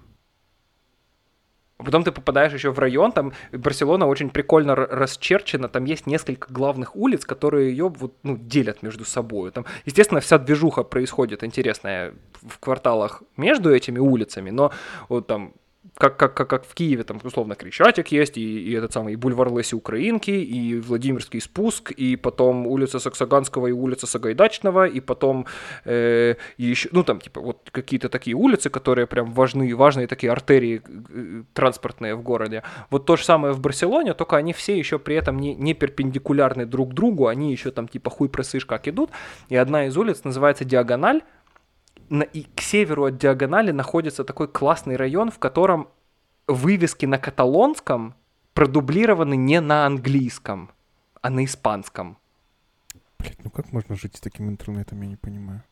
Потом ты попадаешь еще в район, там Барселона очень прикольно расчерчена, там есть несколько главных улиц, которые ее вот, ну, делят между собой. Там, естественно, вся движуха происходит интересная в кварталах между этими улицами, но вот там... Как, как, как, как в Киеве, там, условно, Крещатик есть, и, и этот самый и бульвар Леси Украинки, и Владимирский спуск, и потом улица Саксаганского и улица Сагайдачного, и потом э, и еще, ну, там, типа, вот какие-то такие улицы, которые прям важны, важные такие артерии э, транспортные в городе. Вот то же самое в Барселоне, только они все еще при этом не, не перпендикулярны друг другу, они еще там, типа, хуй просышь как идут, и одна из улиц называется Диагональ, на, и к северу от Диагонали находится такой классный район, в котором вывески на каталонском продублированы не на английском, а на испанском. Блять, ну как можно жить с таким интернетом, я не понимаю.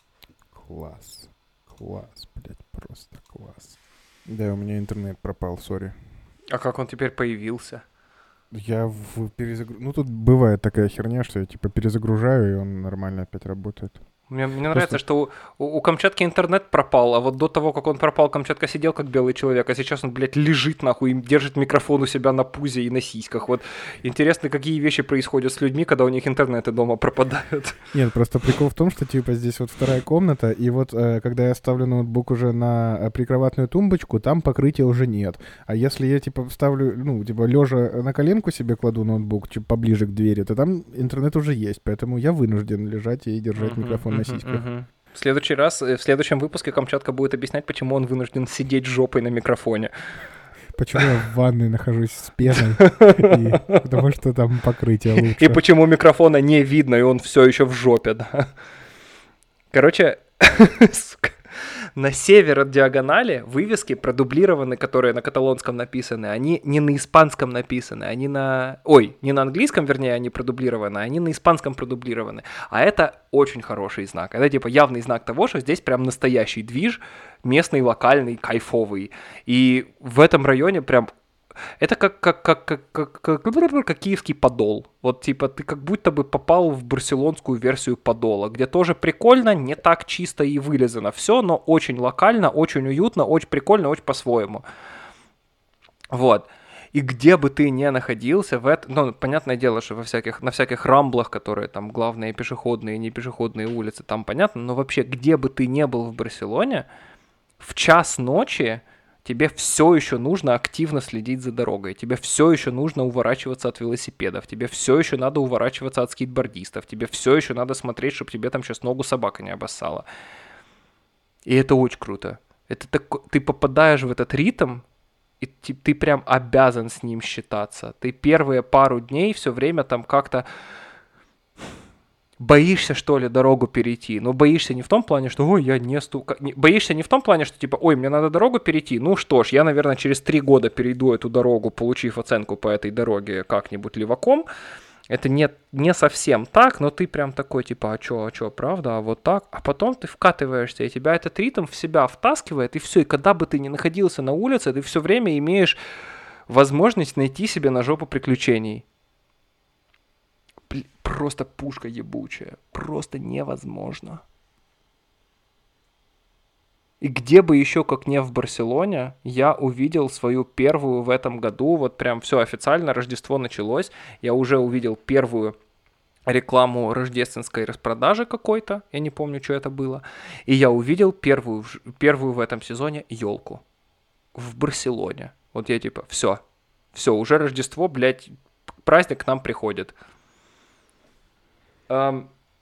Класс. Класс, блядь, просто класс. Да, у меня интернет пропал, сори. А как он теперь появился? Я в перезагруз... Ну, тут бывает такая херня, что я, типа, перезагружаю, и он нормально опять работает. Мне, мне Просто... нравится, что у, у, у Камчатки интернет пропал, а вот до того, как он пропал, Камчатка сидел как белый человек, а сейчас он, блядь, лежит нахуй и держит микрофон у себя на пузе и на сиськах. Вот интересно, какие вещи происходят с людьми, когда у них интернеты дома пропадают. Нет, просто прикол в том, что, типа, здесь вот вторая комната, и вот э, когда я ставлю ноутбук уже на прикроватную тумбочку, там покрытия уже нет. А если я, типа, ставлю, ну, типа, лежа на коленку себе кладу ноутбук чуть поближе к двери, то там интернет уже есть, поэтому я вынужден лежать и держать uh-huh, микрофон uh-huh, на сиськах. Uh-huh. В следующий раз, в следующем выпуске Камчатка будет объяснять, почему он вынужден сидеть жопой на микрофоне. Почему я в ванной нахожусь с пеной, и потому что там покрытие лучше. И почему микрофона не видно, и он все еще в жопе, да. Короче, сука. На север от Диагонали вывески продублированы, которые на каталонском написаны, они не на испанском написаны, они на... Ой, не на английском, вернее, они продублированы, они на испанском продублированы. А это очень хороший знак. Это типа явный знак того, что здесь прям настоящий движ, местный, локальный, кайфовый. И в этом районе прям... Это как, как, как, как, как, как, как киевский Подол. Вот типа ты как будто бы попал в барселонскую версию Подола, где тоже прикольно, не так чисто и вылизано все, но очень локально, очень уютно, очень прикольно, очень по-своему. Вот. И где бы ты ни находился, в это, ну, понятное дело, что во всяких, на всяких рамблах, которые там главные пешеходные и не пешеходные улицы, там понятно, но вообще где бы ты ни был в Барселоне, в час ночи тебе все еще нужно активно следить за дорогой, тебе все еще нужно уворачиваться от велосипедов, тебе все еще надо уворачиваться от скейтбордистов, тебе все еще надо смотреть, чтобы тебе там сейчас ногу собака не обоссала. И это очень круто. Это так, ты попадаешь в этот ритм, и ты, ты прям обязан с ним считаться. Ты первые пару дней все время там как-то боишься, что ли, дорогу перейти. Но боишься не в том плане, что, ой, я не стука... Боишься не в том плане, что, типа, ой, мне надо дорогу перейти. Ну что ж, я, наверное, через три года перейду эту дорогу, получив оценку по этой дороге как-нибудь леваком. Это не, не совсем так, но ты прям такой, типа, а чё, а чё, правда, а вот так? А потом ты вкатываешься, и тебя этот ритм в себя втаскивает, и все. И когда бы ты ни находился на улице, ты все время имеешь возможность найти себе на жопу приключений. Просто пушка ебучая. Просто невозможно. И где бы еще, как не в Барселоне, я увидел свою первую в этом году, вот прям все официально, Рождество началось, я уже увидел первую рекламу рождественской распродажи какой-то, я не помню, что это было, и я увидел первую, первую в этом сезоне елку в Барселоне. Вот я типа, все, все, уже Рождество, блядь, праздник к нам приходит. Um,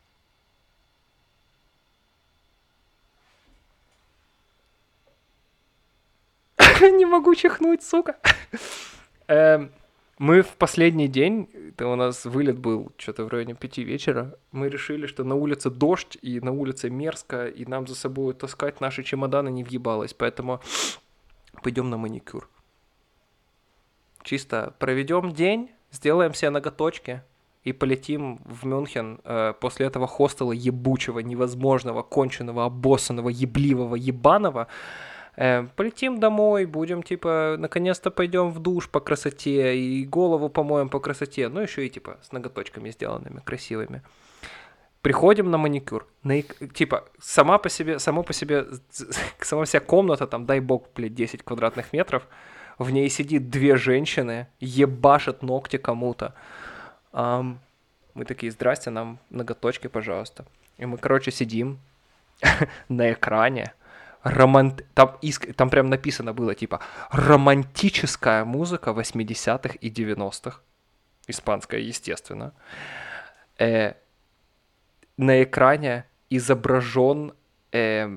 не могу чихнуть, сука. um, мы в последний день, это у нас вылет был что-то в районе пяти вечера, мы решили, что на улице дождь, и на улице мерзко, и нам за собой таскать наши чемоданы не въебалось, поэтому пойдем на маникюр. Чисто проведем день, сделаем себе ноготочки, и полетим в Мюнхен э, после этого хостела ебучего, невозможного, конченого, обоссанного, ебливого, ебаного. Э, полетим домой, будем, типа, наконец-то пойдем в душ по красоте, и голову помоем по красоте, ну, еще и, типа, с ноготочками сделанными, красивыми. Приходим на маникюр. На, типа, сама по себе, само по себе, сама вся комната, там, дай бог, блядь, десять квадратных метров, в ней сидит две женщины, ебашат ногти кому-то. Um, мы такие, здрасте, нам ноготочки, пожалуйста. И мы, короче, сидим на экране. Романт... Там, иск... Там прям написано было, типа, романтическая музыка восьмидесятых и девяностых. Испанская, естественно. Э... На экране изображен... Э...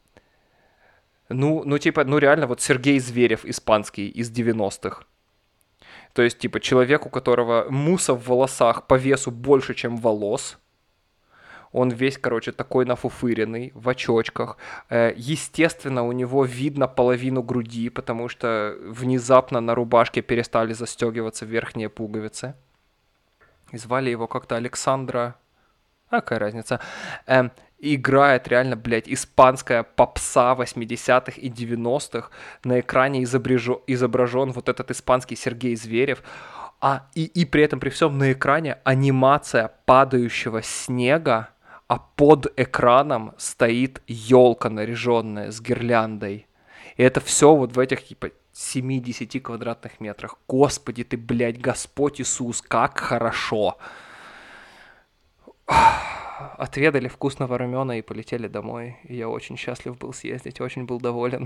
Ну, ну, типа, ну реально, вот Сергей Зверев испанский из девяностых. То есть, типа, человек, у которого муса в волосах по весу больше, чем волос. Он весь, короче, такой нафуфыренный, в очочках. Э, естественно, у него видно половину груди, потому что внезапно на рубашке перестали застегиваться верхние пуговицы. И звали его как-то Александра... А какая разница? Эм, играет реально, блядь, испанская попса восьмидесятых и девяностых. На экране изображен, изображен вот этот испанский Сергей Зверев. А, и, и при этом, при всем, на экране анимация падающего снега, а под экраном стоит елка наряженная с гирляндой. И это все вот в этих, типа, семь-десять квадратных метрах. Господи ты, блядь, Господь Иисус, как хорошо. Отведали вкусного рамена и полетели домой. И я очень счастлив был съездить, очень был доволен.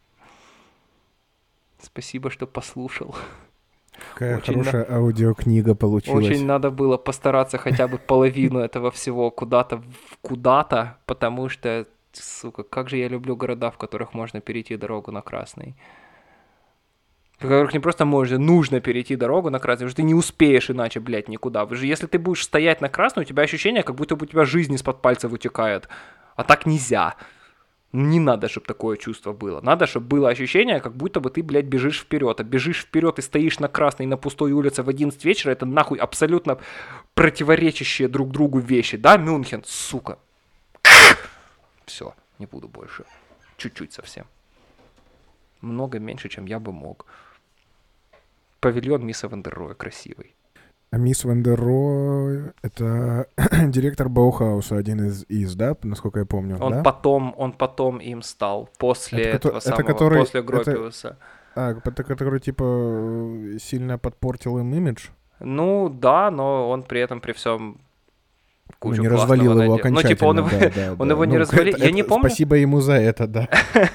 Спасибо, что послушал. Какая очень хорошая на... аудиокнига получилась. Очень надо было постараться хотя бы половину этого всего куда-то, куда-то, потому что, сука, как же я люблю города, в которых можно перейти дорогу на красный. В которых не просто можно, нужно перейти дорогу на красный, потому что ты не успеешь иначе, блядь, никуда. Вы же, если ты будешь стоять на красной, у тебя ощущение, как будто у тебя жизнь из-под пальца вытекает. А так нельзя. Не надо, чтобы такое чувство было. Надо, чтобы было ощущение, как будто бы ты, блядь, бежишь вперед. А бежишь вперед и стоишь на красной на пустой улице в одиннадцать вечера, это нахуй абсолютно противоречащие друг другу вещи. Да, Мюнхен, сука. Все, не буду больше. Чуть-чуть совсем. Много меньше, чем я бы мог. Павильон Мисса Ван дер Роя красивый. А Мисс Ван дер Рой — это директор Баухауса, один из, из, да, насколько я помню, он да? Потом, он потом им стал, после это, этого это, самого, который, после Гропиуса. Это, а, это который, типа, сильно подпортил им имидж? Ну, да, но он при этом, при всем кучу ну, не классного развалил его надел. окончательно. Ну, типа, он его, да, да, он да. его ну, не развалил. Это, я это, не помню... Спасибо ему за это, да.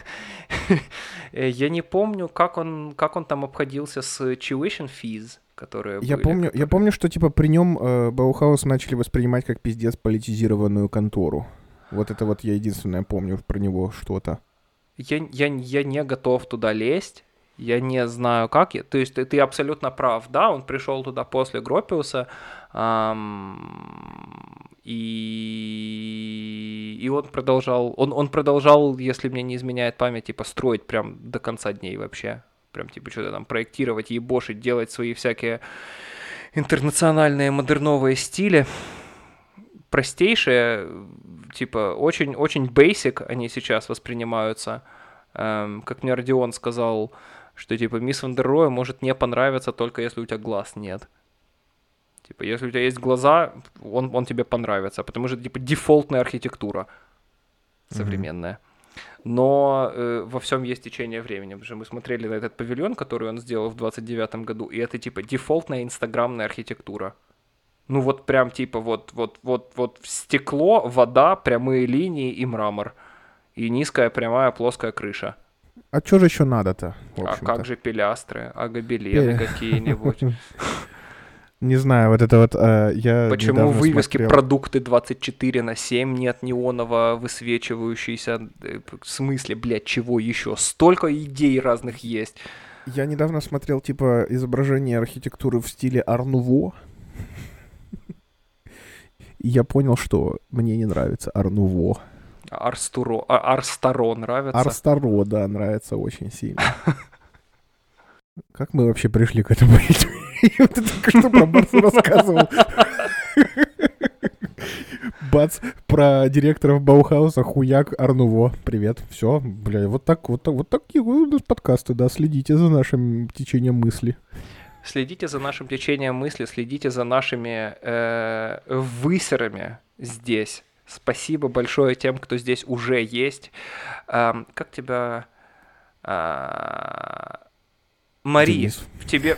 Я не помню, как он, как он там обходился с tuition fees, которые я были. Помню, которые... Я помню, что типа при нем э, Баухаус начали воспринимать как пиздец политизированную контору. Вот это вот я единственное помню про него что-то. Я, я, я не готов туда лезть. Я не знаю, как. Я... То есть ты, ты абсолютно прав, да, он пришел туда после Гропиуса, эм, и... и он продолжал, он, он продолжал, если мне не изменяет память, типа строить прям до конца дней вообще. Прям типа что-то там проектировать, ебошить, делать свои всякие интернациональные модерновые стили. Простейшие, типа очень-очень basic они сейчас воспринимаются. Эм, как мне Родион сказал, что типа Мисс Ван дер Роя может не понравиться только если у тебя глаз нет. Типа если у тебя есть глаза, он, он тебе понравится, потому что это типа дефолтная архитектура современная. Mm-hmm. Но э, во всем есть течение времени, потому что мы смотрели на этот павильон, который он сделал в двадцать девятом году, и это типа дефолтная инстаграмная архитектура. Ну вот прям типа вот, вот, вот, вот стекло, вода, прямые линии и мрамор. И низкая прямая плоская крыша. А что же еще надо-то? А как же пилястры, а гобелены какие-нибудь? Не знаю, вот это вот э, я Почему в вывеске смотрел... продукты двадцать четыре на семь нет неоново высвечивающейся? В смысле, блядь, чего еще? Столько идей разных есть. Я недавно смотрел, типа, изображение архитектуры в стиле Ар-Нуво. И я понял, что мне не нравится Ар-Нуво. Арстуро... Арстаро нравится? Арстаро, да, нравится очень сильно. Как мы вообще пришли к этому? Я только что про Барса рассказывал. Бац, про директоров Баухауса, хуяк, Ар-Нуво. Привет, все, бля, вот так, вот так, вот такие у нас подкасты, да, следите за нашим течением мысли. Следите за нашим течением мысли, следите за нашими э, высерами здесь. Спасибо большое тем, кто здесь уже есть. Э, как тебя... Э, Мари, Денис. тебе...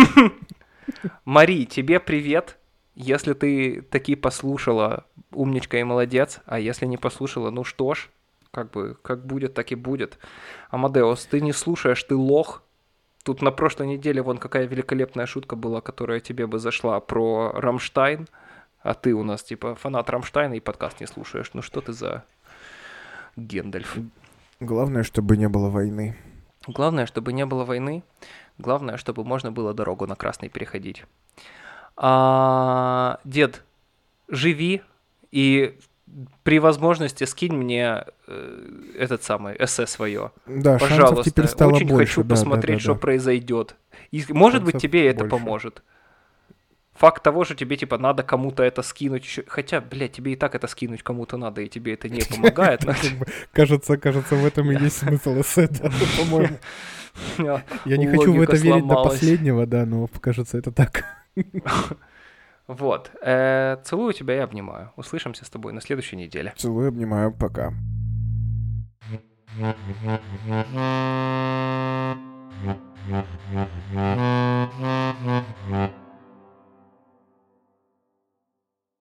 Мари, тебе привет. Если ты таки послушала, умничка и молодец. А если не послушала, ну что ж, как бы, как будет, так и будет. Амадеус, ты не слушаешь, ты лох. Тут на прошлой неделе вон какая великолепная шутка была, которая тебе бы зашла про Рамштайн. А ты у нас типа фанат Рамштайна и подкаст не слушаешь. Ну что ты за Гендальф? Главное, чтобы не было войны. Главное, чтобы не было войны. Главное, чтобы можно было дорогу на красный переходить. А, дед, живи и при возможности скинь мне э, этот самый эссе свое. Да, шансов Пожалуйста. теперь стало Очень больше. хочу да, посмотреть, да, да, что да. произойдет. И, может Шансов быть, тебе это больше. поможет. Факт того, что тебе, типа, надо кому-то это скинуть еще. Хотя, блядь, тебе и так это скинуть кому-то надо, и тебе это не помогает. но- Как бы, Кажется, кажется, в этом и есть смысл эссе, да, по-моему. Я не хочу в Логика это верить до сломалась. последнего, да, но кажется, это так. Вот. Э, Целую тебя и обнимаю. Услышимся с тобой на следующей неделе. Целую, обнимаю, пока. Thank you.